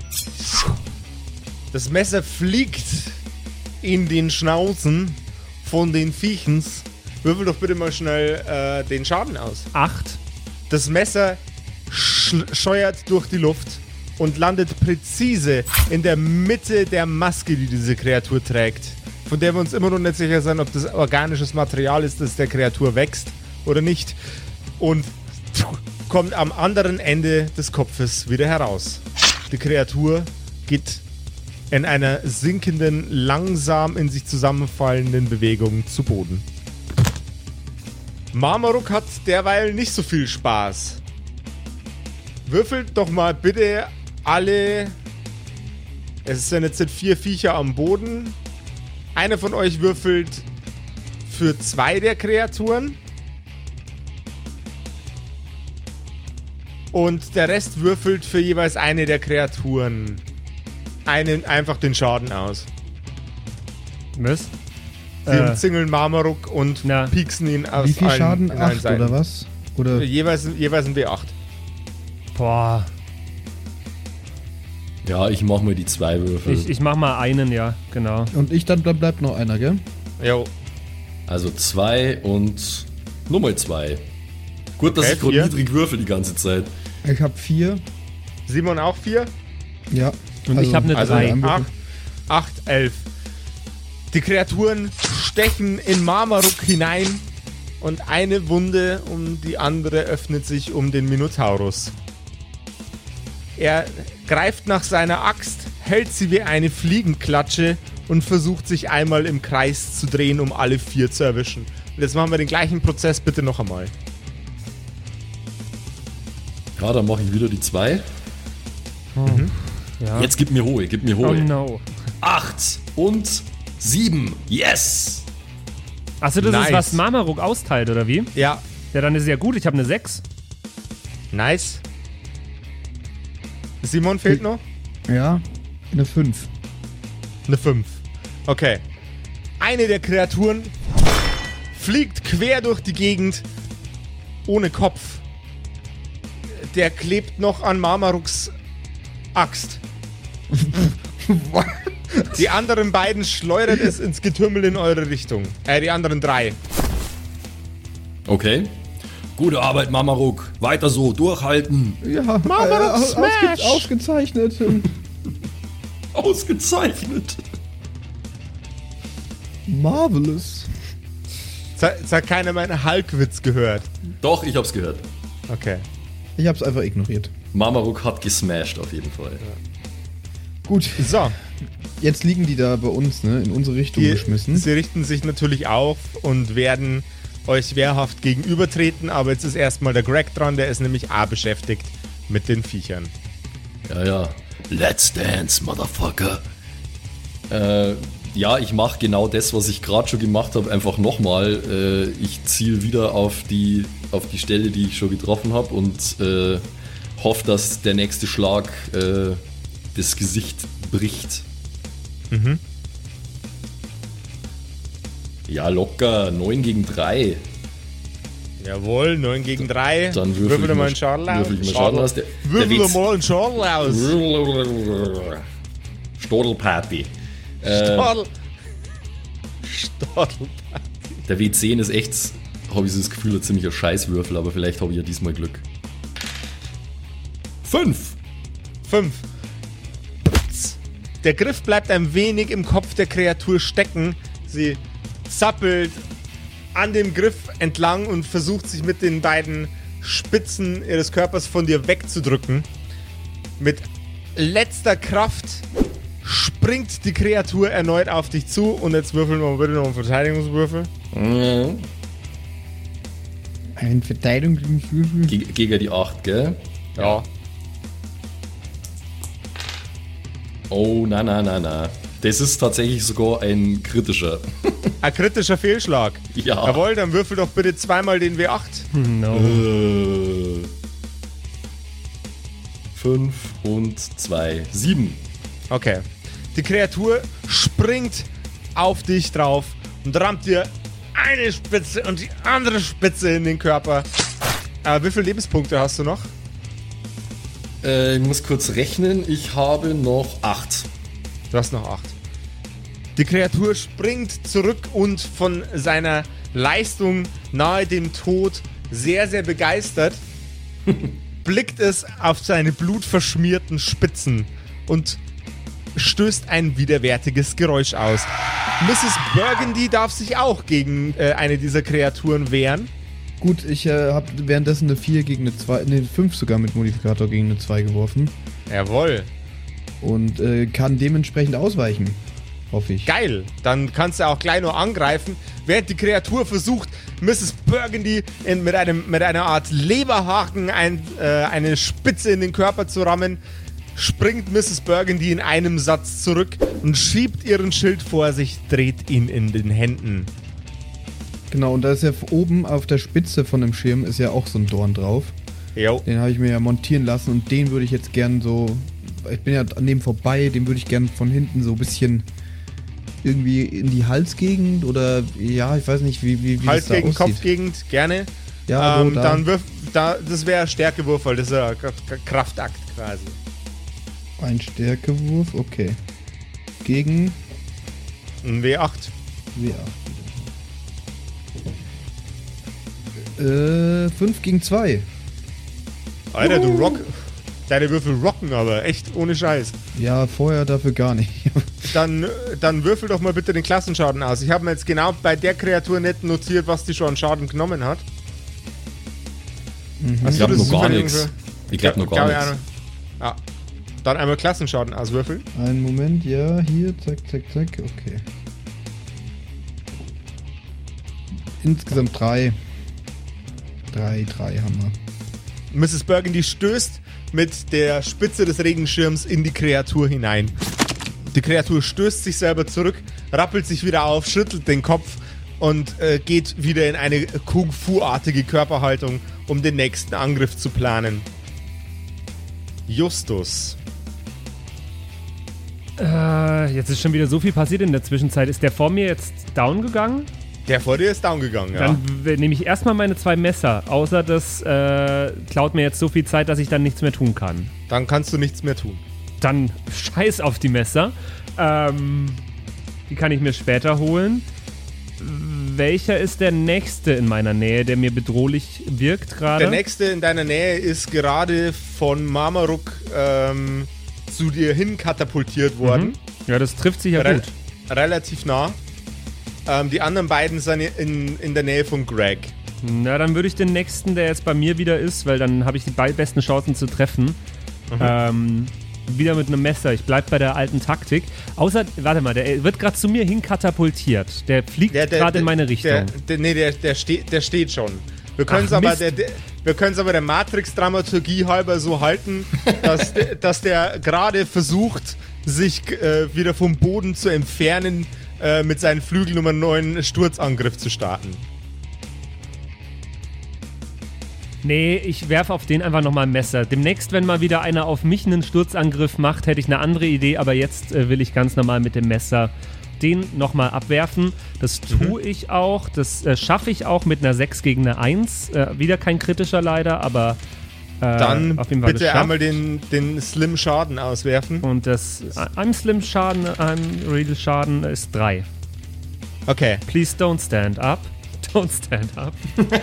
Das Messer fliegt in den Schnauzen von den Viechens. Würfel doch bitte mal schnell äh, den Schaden aus. Acht. Das Messer sch scheuert durch die Luft und landet präzise in der Mitte der Maske, die diese Kreatur trägt. Von der wir uns immer noch nicht sicher sind, ob das organisches Material ist, das der Kreatur wächst oder nicht. Und kommt am anderen Ende des Kopfes wieder heraus. Die Kreatur geht in einer sinkenden, langsam in sich zusammenfallenden Bewegung zu Boden. Marmaruk hat derweil nicht so viel Spaß. Würfelt doch mal bitte alle. Es sind jetzt vier Viecher am Boden. Einer von euch würfelt für zwei der Kreaturen. Und der Rest würfelt für jeweils eine der Kreaturen einen, einfach den Schaden aus. Was? Sie Äh, umzingeln Marmaruk und na. pieksen ihn aus Wie viel allen, Schaden? in allen Acht Seiten. oder was? Oder Jeweils, jeweils ein W acht. boah. Ja, ich mach mal die zwei Würfel. Ich, ich mach mal einen, ja, genau. und ich dann, dann bleibt noch einer, gell? Jo. Also zwei und nochmal zwei. Gut, dass Okay, ich gerade vier. niedrig würfel die ganze Zeit. Ich habe vier. Simon auch vier? Ja. Und ich hab eine Also drei. acht, acht, elf. Die Kreaturen stechen in Marmaruk hinein und eine Wunde um die andere öffnet sich um den Minotaurus. Er greift nach seiner Axt, hält sie wie eine Fliegenklatsche und versucht sich einmal im Kreis zu drehen, um alle vier zu erwischen. Und jetzt machen wir den gleichen Prozess bitte noch einmal. Ja, dann mache ich wieder die zwei. Ja. Jetzt gib mir Hohe, gib mir Oh Hohe. no. Acht und sieben. Yes! Achso, das Nice. ist, was Marmaruk austeilt, oder wie? Ja, Ja, dann ist es ja gut. Ich habe eine sechs. nice. Simon fehlt noch? Ja. Eine fünf. Eine fünf. Okay. Eine der Kreaturen fliegt quer durch die Gegend ohne Kopf. Der klebt noch an Marmaruks Axt. Die anderen beiden schleudert es ins Getümmel in eure Richtung. Äh, die anderen drei. Okay. Gute Arbeit, Mamaruk. Weiter so, durchhalten. Ja, äh, aus, ausge, ausgezeichnet. Ausgezeichnet. Marvelous. Jetzt hat keiner meinen Hulk-Witz gehört. Doch, ich hab's gehört. Okay. Ich hab's einfach ignoriert. Mamaruk hat gesmashed auf jeden Fall. Gut, So. jetzt liegen die da bei uns, ne? In unsere Richtung Die, geschmissen. sie richten sich natürlich auf und werden euch wehrhaft gegenübertreten, aber jetzt ist erstmal der Greg dran, der ist nämlich A beschäftigt mit den Viechern. Ja, ja. Let's dance, Motherfucker. Äh, ja, ich mache genau das, was ich gerade schon gemacht habe, einfach nochmal. Äh, ich ziele wieder auf die, auf die Stelle, die ich schon getroffen habe und äh, hoffe, dass der nächste Schlag äh, das Gesicht bricht. Mhm. Ja, locker. neun gegen drei. Jawohl, neun gegen drei. Dann würfel, Würfel ich mal einen Schaden aus. Würfel ich mal Schaden aus. Der, der Würfel Witz- mal einen Schaden aus. Stodelparty. Äh, Stadl. Stadl. der W zehn ist echt, habe ich so das Gefühl, ein ziemlicher Scheißwürfel, aber vielleicht habe ich ja diesmal Glück. Fünf. Fünf. Der Griff bleibt ein wenig im Kopf der Kreatur stecken. Sie zappelt an dem Griff entlang und versucht sich mit den beiden Spitzen ihres Körpers von dir wegzudrücken. Mit letzter Kraft springt die Kreatur erneut auf dich zu und jetzt würfeln wir bitte noch einen Verteidigungswürfel. Ein Verteidigungswürfel. Ge gegen die acht, gell? Ja. Oh, na, na, na, na. Das ist tatsächlich sogar ein kritischer. Ein kritischer Fehlschlag. Ja. Jawohl, dann würfel doch bitte zweimal den W acht. No. Äh, fünf und zwei. Sieben. Okay. Die Kreatur springt auf dich drauf und rammt dir eine Spitze und die andere Spitze in den Körper. Äh, wie viele Lebenspunkte hast du noch? Äh, ich muss kurz rechnen. Ich habe noch acht. Du hast noch acht. Die Kreatur springt zurück und von seiner Leistung nahe dem Tod sehr, sehr begeistert, blickt es auf seine blutverschmierten Spitzen und stößt ein widerwärtiges Geräusch aus. Misses Burgundy darf sich auch gegen äh, eine dieser Kreaturen wehren. Gut, ich äh, habe währenddessen eine vier gegen eine zwei, eine fünf sogar mit Modifikator gegen eine zwei geworfen. Jawohl. Und äh, kann dementsprechend ausweichen. Hoffe ich. Geil. Dann kannst du auch gleich nur angreifen. Während die Kreatur versucht, Misses Burgundy in, mit, einem, mit einer Art Leberhaken ein, äh, eine Spitze in den Körper zu rammen, springt Misses Burgundy in einem Satz zurück und schiebt ihren Schild vor sich, dreht ihn in den Händen. Genau, und da ist ja oben auf der Spitze von dem Schirm ist ja auch so ein Dorn drauf. Jo. Den habe ich mir ja montieren lassen und den würde ich jetzt gern so, ich bin ja an dem vorbei, den würde ich gern von hinten so ein bisschen irgendwie in die Halsgegend oder, ja, ich weiß nicht, wie, wie, wie Hals das da gegen aussieht. Kopfgegend, gerne. Ja, ähm, wo, da. dann wirf, da, das wäre Stärkewurf, weil das ist ein K- K- Kraftakt quasi. Ein Stärkewurf, okay. Gegen Ein W acht. W acht. Äh, fünf gegen zwei. Alter, du rock. Deine Würfel rocken aber, echt ohne Scheiß. Ja, vorher dafür gar nicht. Dann, dann würfel doch mal bitte den Klassenschaden aus. Ich habe mir jetzt genau bei der Kreatur nicht notiert, was die schon an Schaden genommen hat. Mhm. Ich glaube das noch gar zufällig nichts. irgendwo- Ich glaube noch gar Glaub ich nichts. auch noch. Ja. Dann einmal Klassenschaden auswürfeln. Einen Moment, ja, hier, zack, zack, zack, okay. Insgesamt drei. Drei, drei haben wir. Misses Burgundy stößt mit der Spitze des Regenschirms in die Kreatur hinein. Die Kreatur stößt sich selber zurück, rappelt sich wieder auf, schüttelt den Kopf und äh, geht wieder in eine Kung-Fu-artige Körperhaltung, um den nächsten Angriff zu planen. Justus. Äh, jetzt ist schon wieder so viel passiert in der Zwischenzeit. Ist der vor mir jetzt down gegangen? Der vor dir ist down gegangen, ja. Dann w- nehme ich erstmal meine zwei Messer. Außer das äh, klaut mir jetzt so viel Zeit, dass ich dann nichts mehr tun kann. Dann kannst du nichts mehr tun. Dann scheiß auf die Messer. Ähm, die kann ich mir später holen. Welcher ist der nächste in meiner Nähe, der mir bedrohlich wirkt gerade? Der nächste in deiner Nähe ist gerade von Marmaruk ähm, zu dir hin katapultiert worden. Mhm. Ja, das trifft sich ja Re- gut. Relativ nah. Ähm, die anderen beiden sind in, in der Nähe von Greg. Na, dann würde ich den nächsten, der jetzt bei mir wieder ist, weil dann habe ich die beiden besten Chancen zu treffen. Mhm. Ähm, wieder mit einem Messer. Ich bleib bei der alten Taktik. Außer, warte mal, der wird gerade zu mir hin katapultiert. Der fliegt Der- der- gerade in meine der- Richtung. Der, der, nee, der, der, steht, der steht schon. Wir können es Ach, aber, Mist. der, der, wir können's aber der Matrix-Dramaturgie halber so halten, dass, de, dass der gerade versucht, sich äh, wieder vom Boden zu entfernen, äh, mit seinen Flügeln um einen neuen Sturzangriff zu starten. Nee, ich werfe auf den einfach nochmal ein Messer. Demnächst, wenn mal wieder einer auf mich einen Sturzangriff macht, hätte ich eine andere Idee, aber jetzt äh, will ich ganz normal mit dem Messer den nochmal abwerfen. Das tue Mhm. ich auch. Das äh, schaffe ich auch mit einer sechs gegen eine eins. Äh, wieder kein kritischer leider, aber äh, Dann auf jeden Fall bitte geschafft. einmal den, den Slim-Schaden auswerfen. Und das I'm Slim Schaden, I'm Real Schaden ist drei. Okay. Please don't stand up. Don't stand up.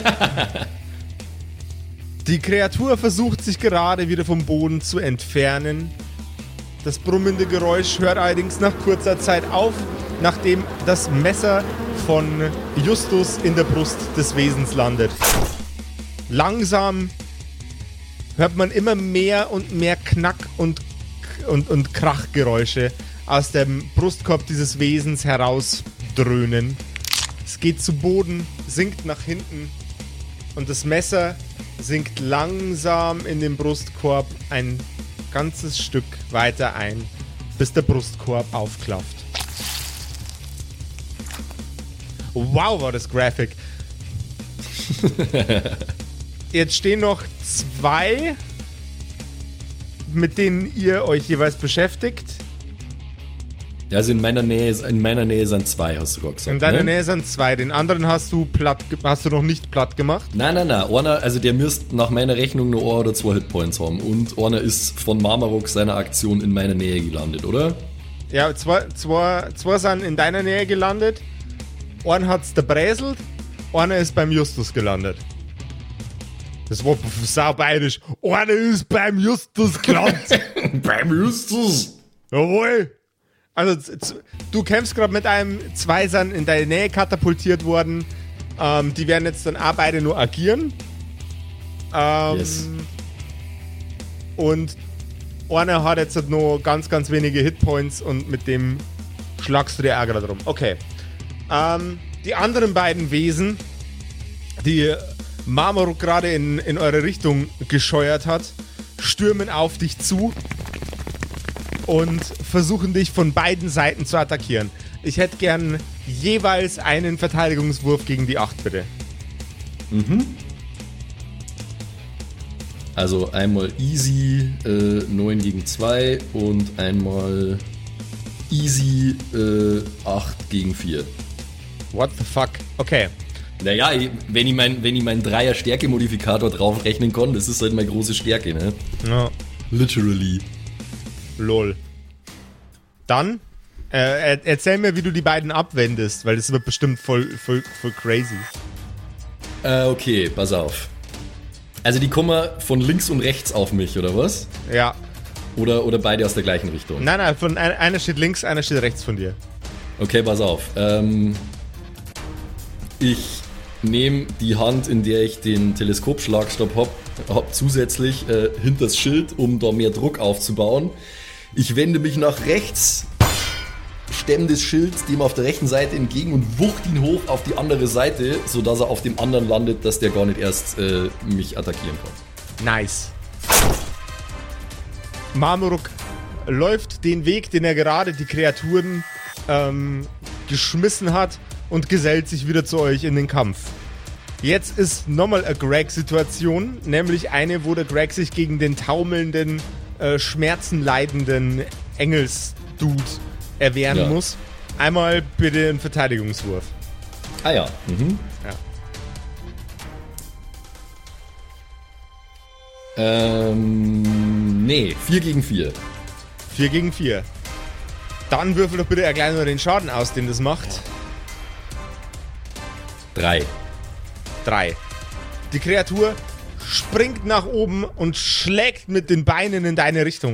Die Kreatur versucht sich gerade wieder vom Boden zu entfernen. Das brummende Geräusch hört allerdings nach kurzer Zeit auf, nachdem das Messer von Justus in der Brust des Wesens landet. Langsam hört man immer mehr und mehr Knack- und, und, und Krachgeräusche aus dem Brustkorb dieses Wesens herausdröhnen. Es geht zu Boden, sinkt nach hinten und das Messer sinkt langsam in den Brustkorb ein ganzes Stück weiter ein, bis der Brustkorb aufklafft. Wow, war das Graphic. Jetzt stehen noch zwei, mit denen ihr euch jeweils beschäftigt. Also in meiner Nähe, in meiner Nähe sind zwei, hast du gerade gesagt. In deiner ne? Nähe sind zwei. Den anderen hast du platt, ge- hast du noch nicht platt gemacht. Nein, nein, nein. Einer, also der müsste nach meiner Rechnung nur ein oder zwei Hitpoints haben. Und einer ist von Marmaruk seiner Aktion in meiner Nähe gelandet, oder? Ja, zwei, zwei, zwei sind in deiner Nähe gelandet. Einen hat's der Bräselt, einer ist beim Justus gelandet. Das war saubayerisch. Einer ist beim Justus gelandet. Beim Justus! Jawohl. Also, z- z- du kämpfst gerade mit einem, zwei sind in deine Nähe katapultiert worden. Ähm, die werden jetzt dann auch beide nur agieren. Ähm, Yes. Und einer hat jetzt halt nur ganz, ganz wenige Hitpoints und mit dem schlagst du dir Ärger drum. Okay. Ähm, die anderen beiden Wesen, die Marmaruk gerade in, in eure Richtung gescheuert hat, stürmen auf dich zu und versuchen dich von beiden Seiten zu attackieren. Ich hätte gern jeweils einen Verteidigungswurf gegen die acht, bitte. Also einmal easy äh, neun gegen zwei und einmal easy äh, acht gegen vier. What the fuck? Okay. Naja, wenn ich, mein, wenn ich meinen Dreier-Stärke-Modifikator draufrechnen kann, das ist halt meine große Stärke, ne? Ja. Literally. Lol. Dann äh, erzähl mir, wie du die beiden abwendest, weil das wird bestimmt voll, voll, voll crazy. Äh, okay, pass auf. Also die kommen von links und rechts auf mich, oder was? Ja. Oder, oder beide aus der gleichen Richtung? Nein, nein, von ein, einer steht links, einer steht rechts von dir. Okay, pass auf. Ähm, ich nehme die Hand, in der ich den Teleskopschlagstab hab, hab zusätzlich äh, hinters Schild, um da mehr Druck aufzubauen. Ich wende mich nach rechts, stemme das Schild dem auf der rechten Seite entgegen und wucht ihn hoch auf die andere Seite, sodass er auf dem anderen landet, dass der gar nicht erst äh, mich attackieren kann. Nice. Marmoruk läuft den Weg, den er gerade die Kreaturen ähm, geschmissen hat und gesellt sich wieder zu euch in den Kampf. Jetzt ist nochmal eine Greg-Situation, nämlich eine, wo der Greg sich gegen den taumelnden, äh, schmerzenleidenden Engels-Dude erwehren Ja. muss. Einmal bitte einen Verteidigungswurf. Ah ja. Mhm. Ja. Ähm, nee, vier gegen vier. vier gegen vier. Dann würfel doch bitte ja gleich nur den Schaden aus, den das macht. drei. drei. Die Kreatur springt nach oben und schlägt mit den Beinen in deine Richtung.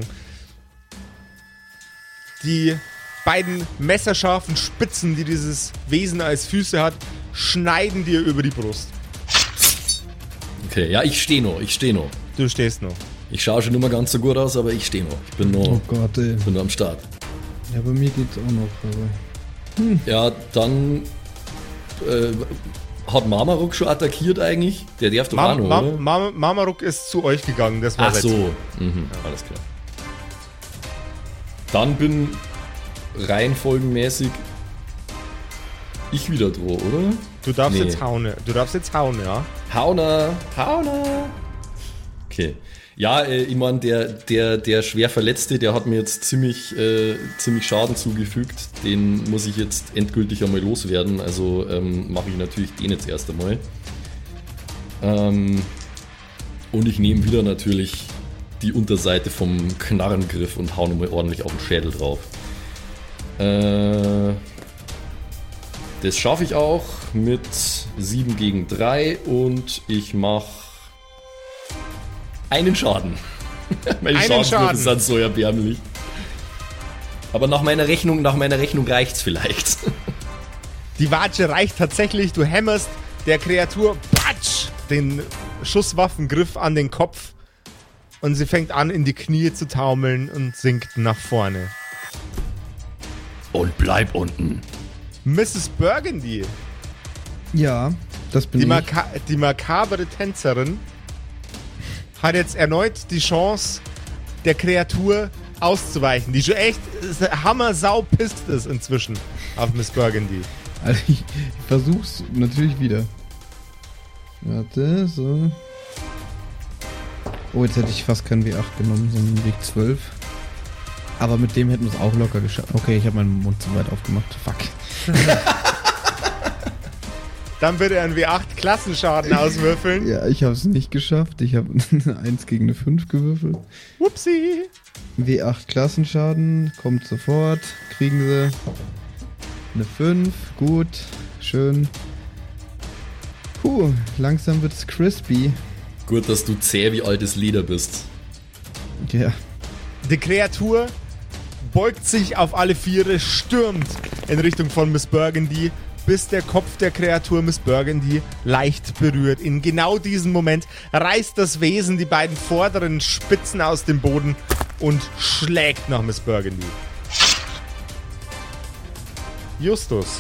Die beiden messerscharfen Spitzen, die dieses Wesen als Füße hat, schneiden dir über die Brust. Okay, ja, ich stehe noch, ich stehe noch. Du stehst noch. Ich schaue schon nicht mehr ganz so gut aus, aber ich stehe noch. Ich bin noch, Oh Gott, ey. bin noch am Start. Ja, bei mir geht's auch noch, aber... Ja, dann äh, hat Marmaruk schon attackiert eigentlich? Der darf doch auch Mam noch, Mam oder? Mam Marmaruk ist zu euch gegangen, das war Ach jetzt. so, mhm, alles klar. Dann bin reihenfolgenmäßig ich wieder droh, oder? Du darfst Nee. jetzt hauen. Du darfst jetzt hauen, ja. Hauner, Hauner. Okay. Ja, äh, ich meine, der, der, der schwer Verletzte, der hat mir jetzt ziemlich, äh, ziemlich Schaden zugefügt. Den muss ich jetzt endgültig einmal loswerden. Also ähm, mache ich natürlich den jetzt erst einmal. Ähm, und ich nehme wieder natürlich die Unterseite vom Knarrengriff und hau nochmal ordentlich auf den Schädel drauf. Äh, das schaffe ich auch mit sieben gegen drei und ich mache einen Schaden. Meine Einen Schadenswürfe Schaden. sind so erbärmlich. Aber nach meiner Rechnung, nach meiner Rechnung reicht's vielleicht. Die Watsche reicht tatsächlich. Du hämmerst der Kreatur patsch, den Schusswaffengriff an den Kopf und sie fängt an, in die Knie zu taumeln und sinkt nach vorne. Und bleib unten. Misses Burgundy, Ja, das bin die, ich. maka die makabere Tänzerin, hat jetzt erneut die Chance, der Kreatur auszuweichen, die schon echt hammersau pisst ist inzwischen auf Miss Burgundy. Also ich, ich versuch's natürlich wieder. Warte, so. Oh, jetzt hätte ich fast keinen W acht genommen, sondern W zwölf. Aber mit dem hätten wir es auch locker geschafft. Okay, ich habe meinen Mund zu weit aufgemacht. Fuck. Dann bitte einen W acht Klassenschaden auswürfeln. Ja, ich habe es nicht geschafft. Ich habe eine eins gegen eine fünf gewürfelt. Whoopsie. W acht Klassenschaden, kommt sofort. Kriegen sie. Eine fünf, gut, schön. Puh, langsam wird's crispy. Gut, dass du zäh wie altes Leder bist. Ja. Die Kreatur beugt sich auf alle Viere, stürmt in Richtung von Miss Burgundy, bis der Kopf der Kreatur Miss Burgundy leicht berührt. In genau diesem Moment reißt das Wesen die beiden vorderen Spitzen aus dem Boden und schlägt nach Miss Burgundy. Justus.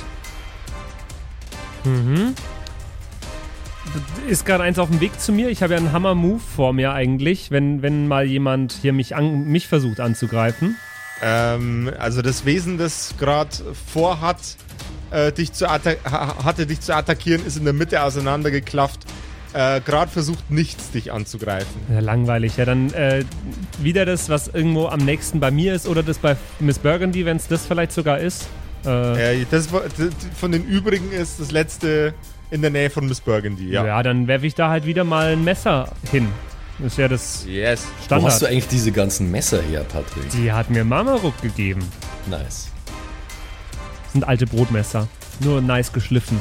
Ist gerade eins auf dem Weg zu mir. Ich habe ja einen Hammer-Move vor mir eigentlich, wenn, wenn mal jemand hier mich, an, mich versucht anzugreifen. Ähm, also das Wesen, das gerade vorhat, äh, dich zu atta- ha- hatte dich zu attackieren, ist in der Mitte auseinandergeklafft. äh, gerade versucht nichts, dich anzugreifen. Ja, langweilig. Ja, dann äh, wieder das, was irgendwo am nächsten bei mir ist oder das bei Miss Burgundy, wenn es das vielleicht sogar ist. Äh, Äh, das, war- das von den übrigen ist das letzte in der Nähe von Miss Burgundy, ja. ja. dann werfe ich da halt wieder mal ein Messer hin. Das ist ja das Yes. Wo hast du Standard. eigentlich diese ganzen Messer her, Patrick? Die hat mir Mamaruk gegeben. Nice. Das sind alte Brotmesser. Nur nice geschliffen.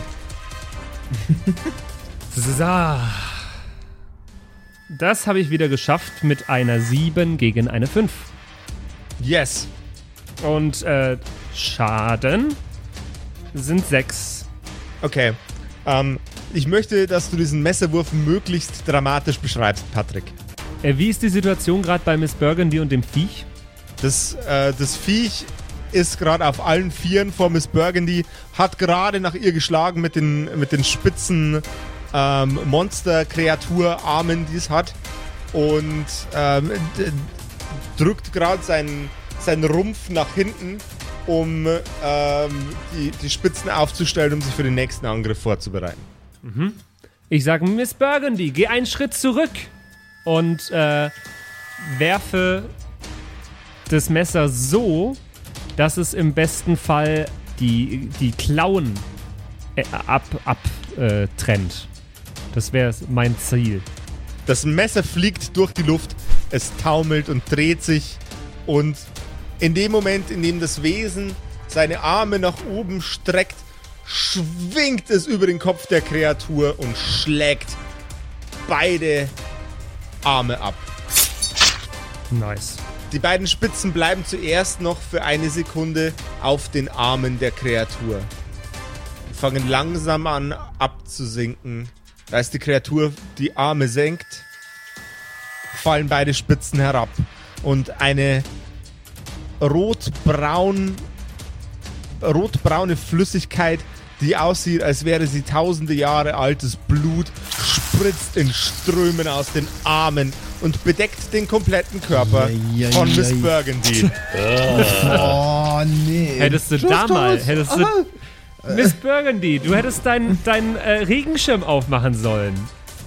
So. Das habe ich wieder geschafft mit einer sieben gegen eine fünf. Yes. Und äh, Schaden sind sechs. Okay. Ähm, ich möchte, dass du diesen Messerwurf möglichst dramatisch beschreibst, Patrick. Äh, wie ist die Situation gerade bei Miss Burgundy und dem Viech? Das, äh, das Viech ist gerade auf allen Vieren vor Miss Burgundy, hat gerade nach ihr geschlagen mit den, mit den spitzen ähm, Monster-Kreatur-Armen, die es hat. Und ähm, d- drückt gerade seinen, seinen Rumpf nach hinten, um ähm, die, die Spitzen aufzustellen, um sich für den nächsten Angriff vorzubereiten. Ich sage, Miss Burgundy, geh einen Schritt zurück und äh, werfe das Messer so, dass es im besten Fall die, die Klauen äh, ab, ab äh, trennt. Das wäre mein Ziel. Das Messer fliegt durch die Luft, es taumelt und dreht sich und in dem Moment, in dem das Wesen seine Arme nach oben streckt, schwingt es über den Kopf der Kreatur und schlägt beide Arme ab. Nice. Die beiden Spitzen bleiben zuerst noch für eine Sekunde auf den Armen der Kreatur. Fangen langsam an abzusinken. Als die Kreatur die Arme senkt, fallen beide Spitzen herab. Und eine rotbraun, rotbraune Flüssigkeit, die aussieht, als wäre sie tausende Jahre altes Blut, spritzt in Strömen aus den Armen und bedeckt den kompletten Körper Eieiei. von Miss Burgundy. Oh, nee. Hättest du Justus. da mal, hättest du... Ah. Miss Burgundy, du hättest deinen dein, äh, Regenschirm aufmachen sollen.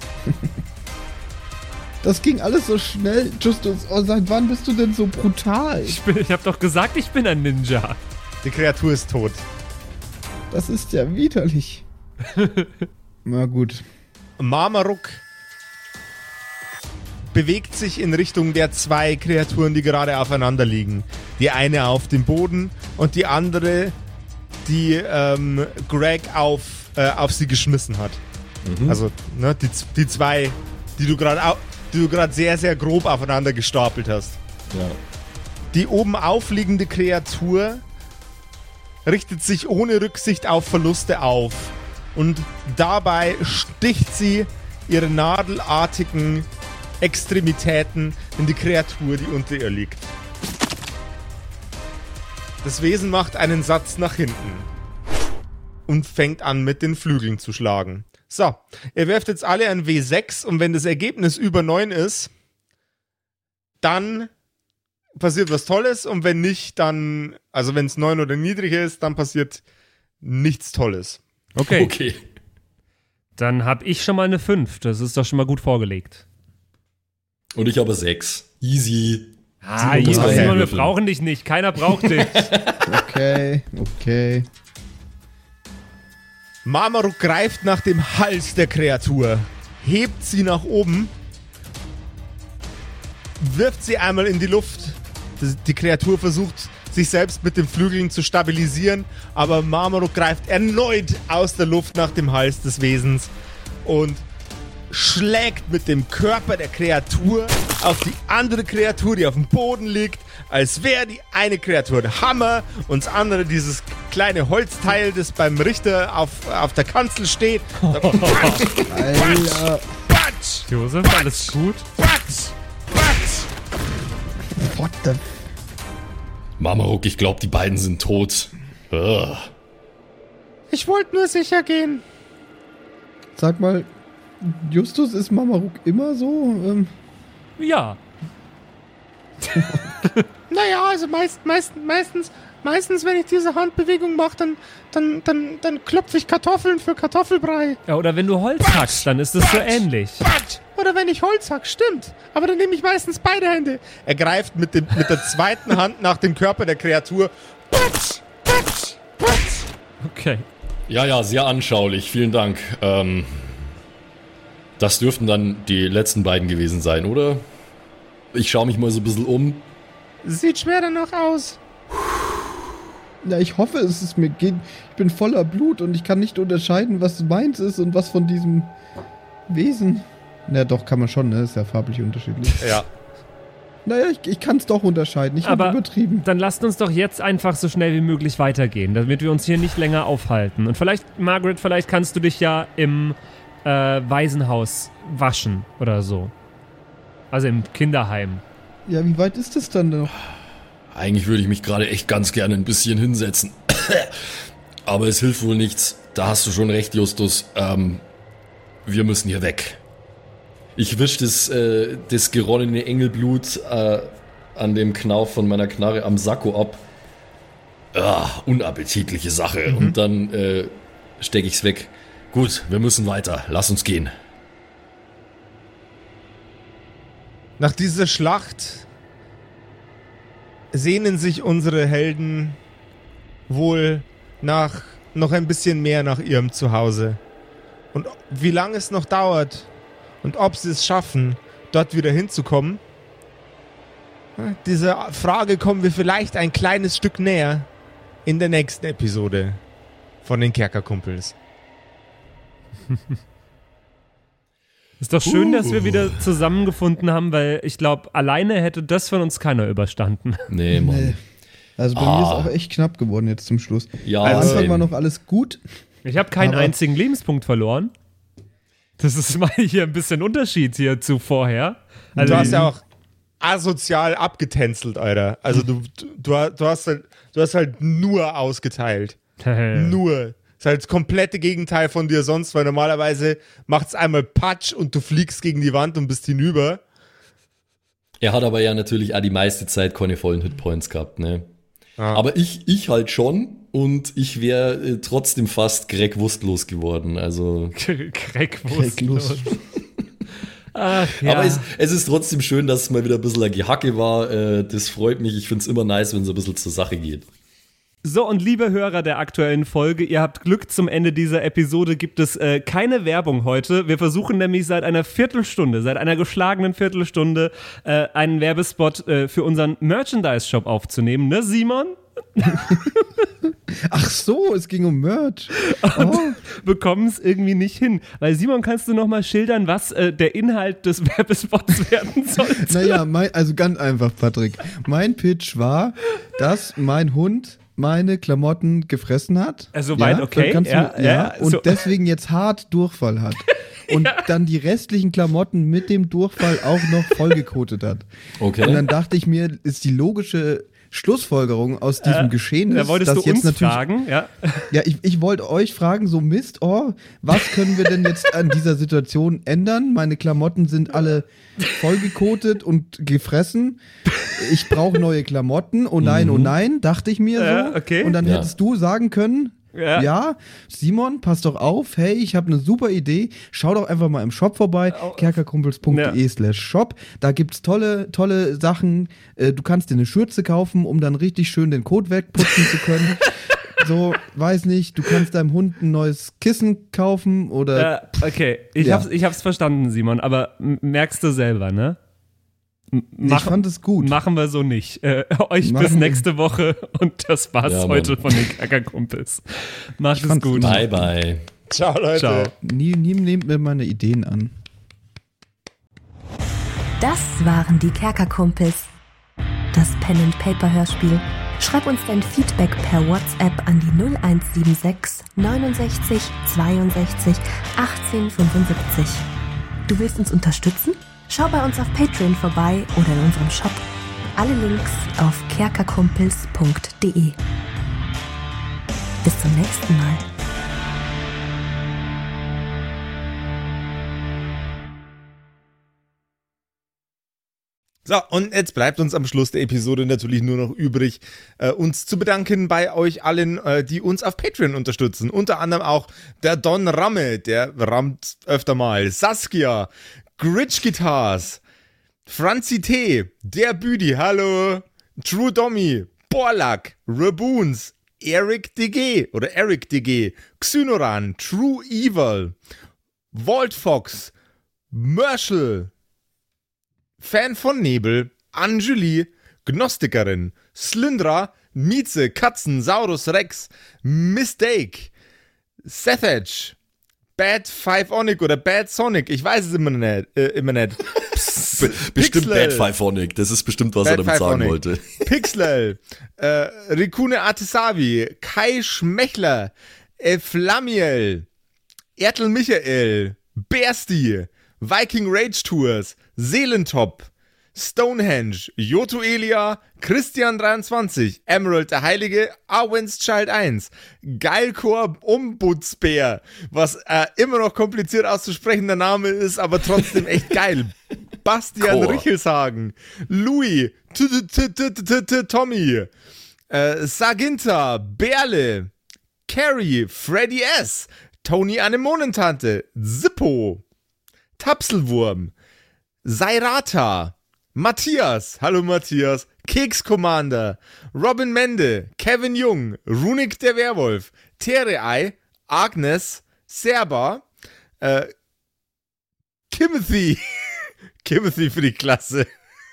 Das ging alles so schnell. Justus, oh, seit wann bist du denn so brutal? Ich, bin- ich habe doch gesagt, ich bin ein Ninja. Die Kreatur ist tot. Das ist ja widerlich. Na gut. Marmaruk bewegt sich in Richtung der zwei Kreaturen, die gerade aufeinander liegen. Die eine auf dem Boden und die andere, die ähm, Greg auf, äh, auf sie geschmissen hat. Also ne, die, z- die zwei, die du gerade au- die du gerade sehr, sehr grob aufeinander gestapelt hast. Ja. Die oben aufliegende Kreatur richtet sich ohne Rücksicht auf Verluste auf. Und dabei sticht sie ihre nadelartigen Extremitäten in die Kreatur, die unter ihr liegt. Das Wesen macht einen Satz nach hinten und fängt an, mit den Flügeln zu schlagen. So, ihr werft jetzt alle ein W sechs und wenn das Ergebnis über neun ist, dann passiert was Tolles und wenn nicht, dann, also wenn es neun oder niedriger ist, dann passiert nichts Tolles. Okay, Okay. dann habe ich schon mal eine fünf. Das ist doch schon mal gut vorgelegt. Und ich habe sechs. Easy. Ah, Simon muss Simon, mal Simon, wir würfeln. brauchen dich nicht. Keiner braucht dich. Okay, okay. Marmaruk greift nach dem Hals der Kreatur, hebt sie nach oben, wirft sie einmal in die Luft. Das- Die Kreatur versucht, sich selbst mit den Flügeln zu stabilisieren, aber Marmaruk greift erneut aus der Luft nach dem Hals des Wesens und schlägt mit dem Körper der Kreatur auf die andere Kreatur, die auf dem Boden liegt, als wäre die eine Kreatur der Hammer und das andere dieses kleine Holzteil, das beim Richter auf, auf der Kanzel steht. Batsch, Alter. batsch, Josef, alles gut? batsch, batsch. What the... Marmaruk, ich glaube, die beiden sind tot. Ugh. Ich wollte nur sicher gehen. Sag mal, Justus, ist Mamaruk immer so? Ähm, Ja. Naja, also meist, meist, meistens, meistens, wenn ich diese Handbewegung mache, dann, dann, dann, dann klopfe ich Kartoffeln für Kartoffelbrei. Ja, oder wenn du Holz hackst, dann ist es so ähnlich. Quatsch. Oder wenn ich Holz hack, stimmt. Aber dann nehme ich meistens beide Hände. Er greift mit, dem, mit der zweiten Hand nach dem Körper der Kreatur. Patsch, patsch, patsch. Okay. Ja, ja, sehr anschaulich. Vielen Dank. Ähm, das dürften dann die letzten beiden gewesen sein, oder? Ich schaue mich mal so ein bisschen um. Sieht schwer danach aus. Ja, ich hoffe, es ist mir geht. Ich bin voller Blut und ich kann nicht unterscheiden, was meins ist und was von diesem Wesen. Na doch, kann man schon, ne? Ist ja farblich unterschiedlich. Ja. Naja, ich, ich kann es doch unterscheiden. Ich habe übertrieben. Dann lasst uns doch jetzt einfach so schnell wie möglich weitergehen, damit wir uns hier nicht länger aufhalten. Und vielleicht, Margaret, vielleicht kannst du dich ja im äh, Waisenhaus waschen oder so. Also im Kinderheim. Ja, wie weit ist das dann noch? Eigentlich würde ich mich gerade echt ganz gerne ein bisschen hinsetzen. Aber es hilft wohl nichts. Da hast du schon recht, Justus. Ähm, wir müssen hier weg. Ich wische das, äh, das geronnene Engelblut äh, an dem Knauf von meiner Knarre am Sakko ab. Ah, unappetitliche Sache. Mhm. Und dann äh, stecke ich's weg. Gut, wir müssen weiter. Lass uns gehen. Nach dieser Schlacht sehnen sich unsere Helden wohl nach noch ein bisschen mehr nach ihrem Zuhause. Und wie lange es noch dauert und ob sie es schaffen, dort wieder hinzukommen, dieser Frage kommen wir vielleicht ein kleines Stück näher in der nächsten Episode von den Kerkerkumpels. Ist doch schön, Uh. dass wir wieder zusammengefunden haben, weil ich glaube, alleine hätte das von uns keiner überstanden. Nee, Mann. Nee. Also bei Ah. mir ist auch echt knapp geworden jetzt zum Schluss. Ja, Am Anfang same. war noch alles gut. Ich habe keinen Aber- einzigen Lebenspunkt verloren. Das ist mal hier ein bisschen Unterschied hier zu vorher. Also Du hast ja auch asozial abgetänzelt, Alter. Also du, du, du, hast, halt, du hast halt nur ausgeteilt. Nur. Das ist halt das komplette Gegenteil von dir sonst, weil normalerweise macht's einmal Patsch und du fliegst gegen die Wand und bist hinüber. Er hat aber ja natürlich auch die meiste Zeit keine vollen Hitpoints gehabt, ne? Ah. Aber ich, ich halt schon und ich wäre äh, trotzdem fast greckwurstlos geworden, also... Kreckwurstlos. Ach ja. Aber es, es ist trotzdem schön, dass es mal wieder ein bisschen ein Gehacke war, äh, das freut mich, ich find's immer nice, wenn es ein bisschen zur Sache geht. So, und liebe Hörer der aktuellen Folge, ihr habt Glück, zum Ende dieser Episode gibt es äh, keine Werbung heute. Wir versuchen nämlich seit einer Viertelstunde, seit einer geschlagenen Viertelstunde äh, einen Werbespot äh, für unseren Merchandise-Shop aufzunehmen, ne Simon? Ach so, es ging um Merch. Oh. Bekommen es irgendwie nicht hin. Weil Simon, kannst du noch mal schildern, was äh, der Inhalt des Werbespots werden sollte? Naja, mein, also ganz einfach, Patrick. Mein Pitch war, dass mein Hund meine Klamotten gefressen hat. Also weit ja, okay, dann kannst du, ja, ja, ja, und so. deswegen jetzt hart Durchfall hat. Und Ja. dann die restlichen Klamotten mit dem Durchfall auch noch vollgekotet hat. Okay. Und dann dachte ich mir, ist die logische Schlussfolgerung aus diesem Äh, Geschehen Da ist, wolltest dass du jetzt uns natürlich fragen, ja. Ja, ich, ich wollte euch fragen, so Mist, oh, was können wir denn jetzt an dieser Situation ändern? Meine Klamotten sind alle vollgekotet und gefressen. Ich brauche neue Klamotten. Oh nein, oh nein, dachte ich mir so. Ja, okay. Und dann Ja. hättest du sagen können, Ja. ja. Simon, pass doch auf, hey, ich habe eine super Idee. Schau doch einfach mal im Shop vorbei, kerkerkumpels punkt de Ja. slash shop. Da gibt's tolle, tolle Sachen. Äh, Du kannst dir eine Schürze kaufen, um dann richtig schön den Kot wegputzen zu können. So, weiß nicht, du kannst deinem Hund ein neues Kissen kaufen oder... Ja, okay, ich, Ja. hab's, ich hab's verstanden, Simon, aber m- merkst du selber, ne? M- ich machen- fand es gut. Machen wir so nicht. Äh, euch Machen bis wir. nächste Woche und das war's Ja, Mann. heute von den Kerkerkumpels. Macht es fand's gut. gut. Bye, bye. Ciao, Leute. Ciao. Nie, nie nehmt mir meine Ideen an. Das waren die Kerkerkumpels. Das Pen-and-Paper-Hörspiel. Schreib uns dein Feedback per WhatsApp an die null eins sieben sechs neunundsechzig zweiundsechzig achtzehn fünfundsiebzig. Du willst uns unterstützen? Schau bei uns auf Patreon vorbei oder in unserem Shop. Alle Links auf kerkerkumpels punkt de. Bis zum nächsten Mal. So, und jetzt bleibt uns am Schluss der Episode natürlich nur noch übrig, äh, uns zu bedanken bei euch allen, äh, die uns auf Patreon unterstützen. Unter anderem auch der Don Ramme, der rammt öfter mal, Saskia, Gritch Guitars, Franzi T., der Büdi, hallo, True Dommy, Borlak, Raboons, Eric D G oder Eric D G, Xynoran, True Evil, Walt Fox, Merschel, Fan von Nebel, Anjuli, Gnostikerin, Slyndra, Mieze, Katzen, Saurus Rex, Mistake, Sethage, Bad Five Onic oder Bad Sonic, ich weiß es immer nicht. Äh, immer nicht. Be- bestimmt Bad Five Onic, das ist bestimmt, was Bad er damit Five sagen Onic. wollte. Pixlel, äh, Rikune Artesavi, Kai Schmechler, Eflamiel, Ertel Michael, Bersti, Viking Rage Tours, Seelentop, Stonehenge, Joto Elia, Christian dreiundzwanzig, Emerald der Heilige, Arwen's Child eins, Geilkor Ombudsbär, was äh, immer noch kompliziert auszusprechender Name ist, aber trotzdem echt geil. Bastian Richelshagen, Louis, Tommy, Saginta, Berle, Carrie, Freddy S., Tony Anemonentante, Zippo, Tapselwurm, Sairata, Matthias, hallo Matthias, Keks Commander, Robin Mende, Kevin Jung, Runik der Werwolf, Terei, Agnes, Serba, äh, Timothy, Timothy für die Klasse.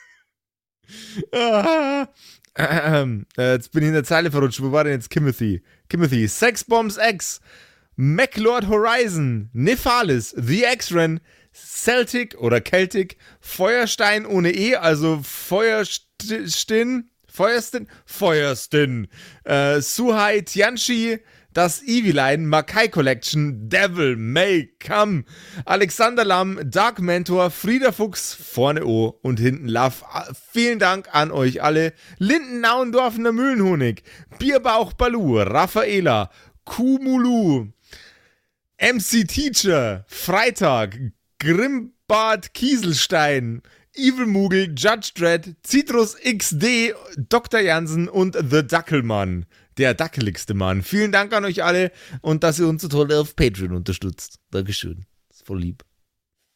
ah, äh, äh, jetzt bin ich in der Zeile verrutscht, wo war denn jetzt Timothy? Timothy, Sexbombs X, MacLord Horizon, Nephalis, The X-Ren, Celtic oder Celtic, Feuerstein ohne E, also Feuerstin, Feuerstin, Feuerstin, äh, Suhai Tianchi, das Eviline, Makai Collection, Devil May Come, Alexander Lamm, Dark Mentor, Frieda Fuchs, vorne O und hinten Love. Vielen Dank an euch alle. Linden Nauendorfener Mühlenhonig, Bierbauch Balu, Raffaela, Kumulu, M C Teacher, Freitag, Grimbart Kieselstein, Evil Moogle, Judge Dredd, Citrus X D, Doktor Jansen und The Dackelmann, der dackeligste Mann. Vielen Dank an euch alle und dass ihr uns so toll auf Patreon unterstützt. Dankeschön. Das ist voll lieb.